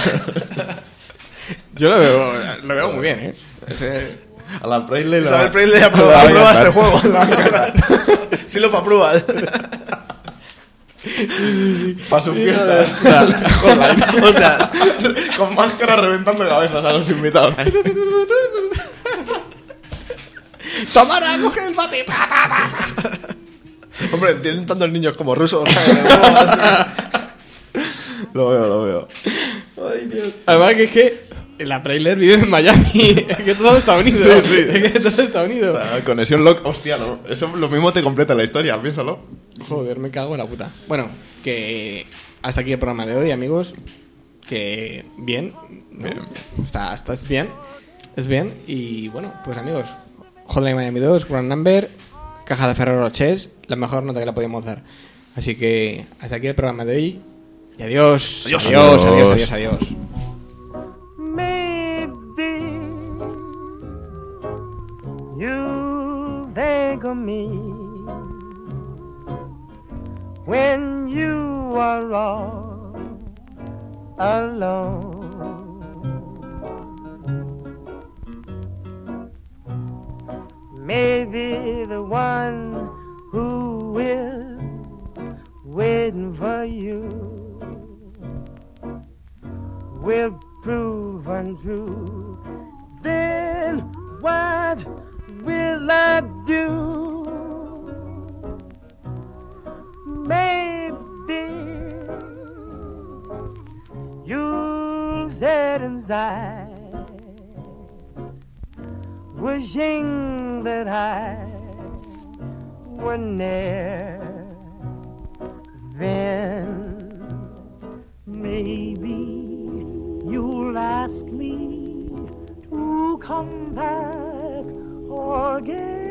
Yo lo veo muy bien, ¿eh?
A la Presley
Isabel Presley aprueba este juego. Sí lo aprueba.
Para sus fiestas.
Hostia.
Con máscara reventando cabezas a los invitados.
¡Tomara, coge el bate! ¡Pa, pa, pa!
Hombre, tienen tantos niños como rusos.
Lo veo.
Ay, Dios. Además que es que la Prailer vive en Miami. Es que todo está unido.
Sí.
Es que todo está unido.
Conexión lock, hostia, no. Eso lo mismo te completa la historia, piénsalo.
Joder, me cago en la puta. Bueno, que hasta aquí el programa de hoy, amigos. Que bien, ¿no?
Bien.
Estás bien. Es bien. Y bueno, pues amigos, Hotline Miami 2, Grand Number, caja de Ferrero Rocher, la mejor nota que la podíamos dar. Así que hasta aquí el programa de hoy. Y adiós. Adiós.
Maybe you think of me when you are all alone. Maybe the one who is waiting for you will prove untrue. Then what will I do? Maybe you'll sit inside wishing that I were near. Then maybe you'll ask me to come back again.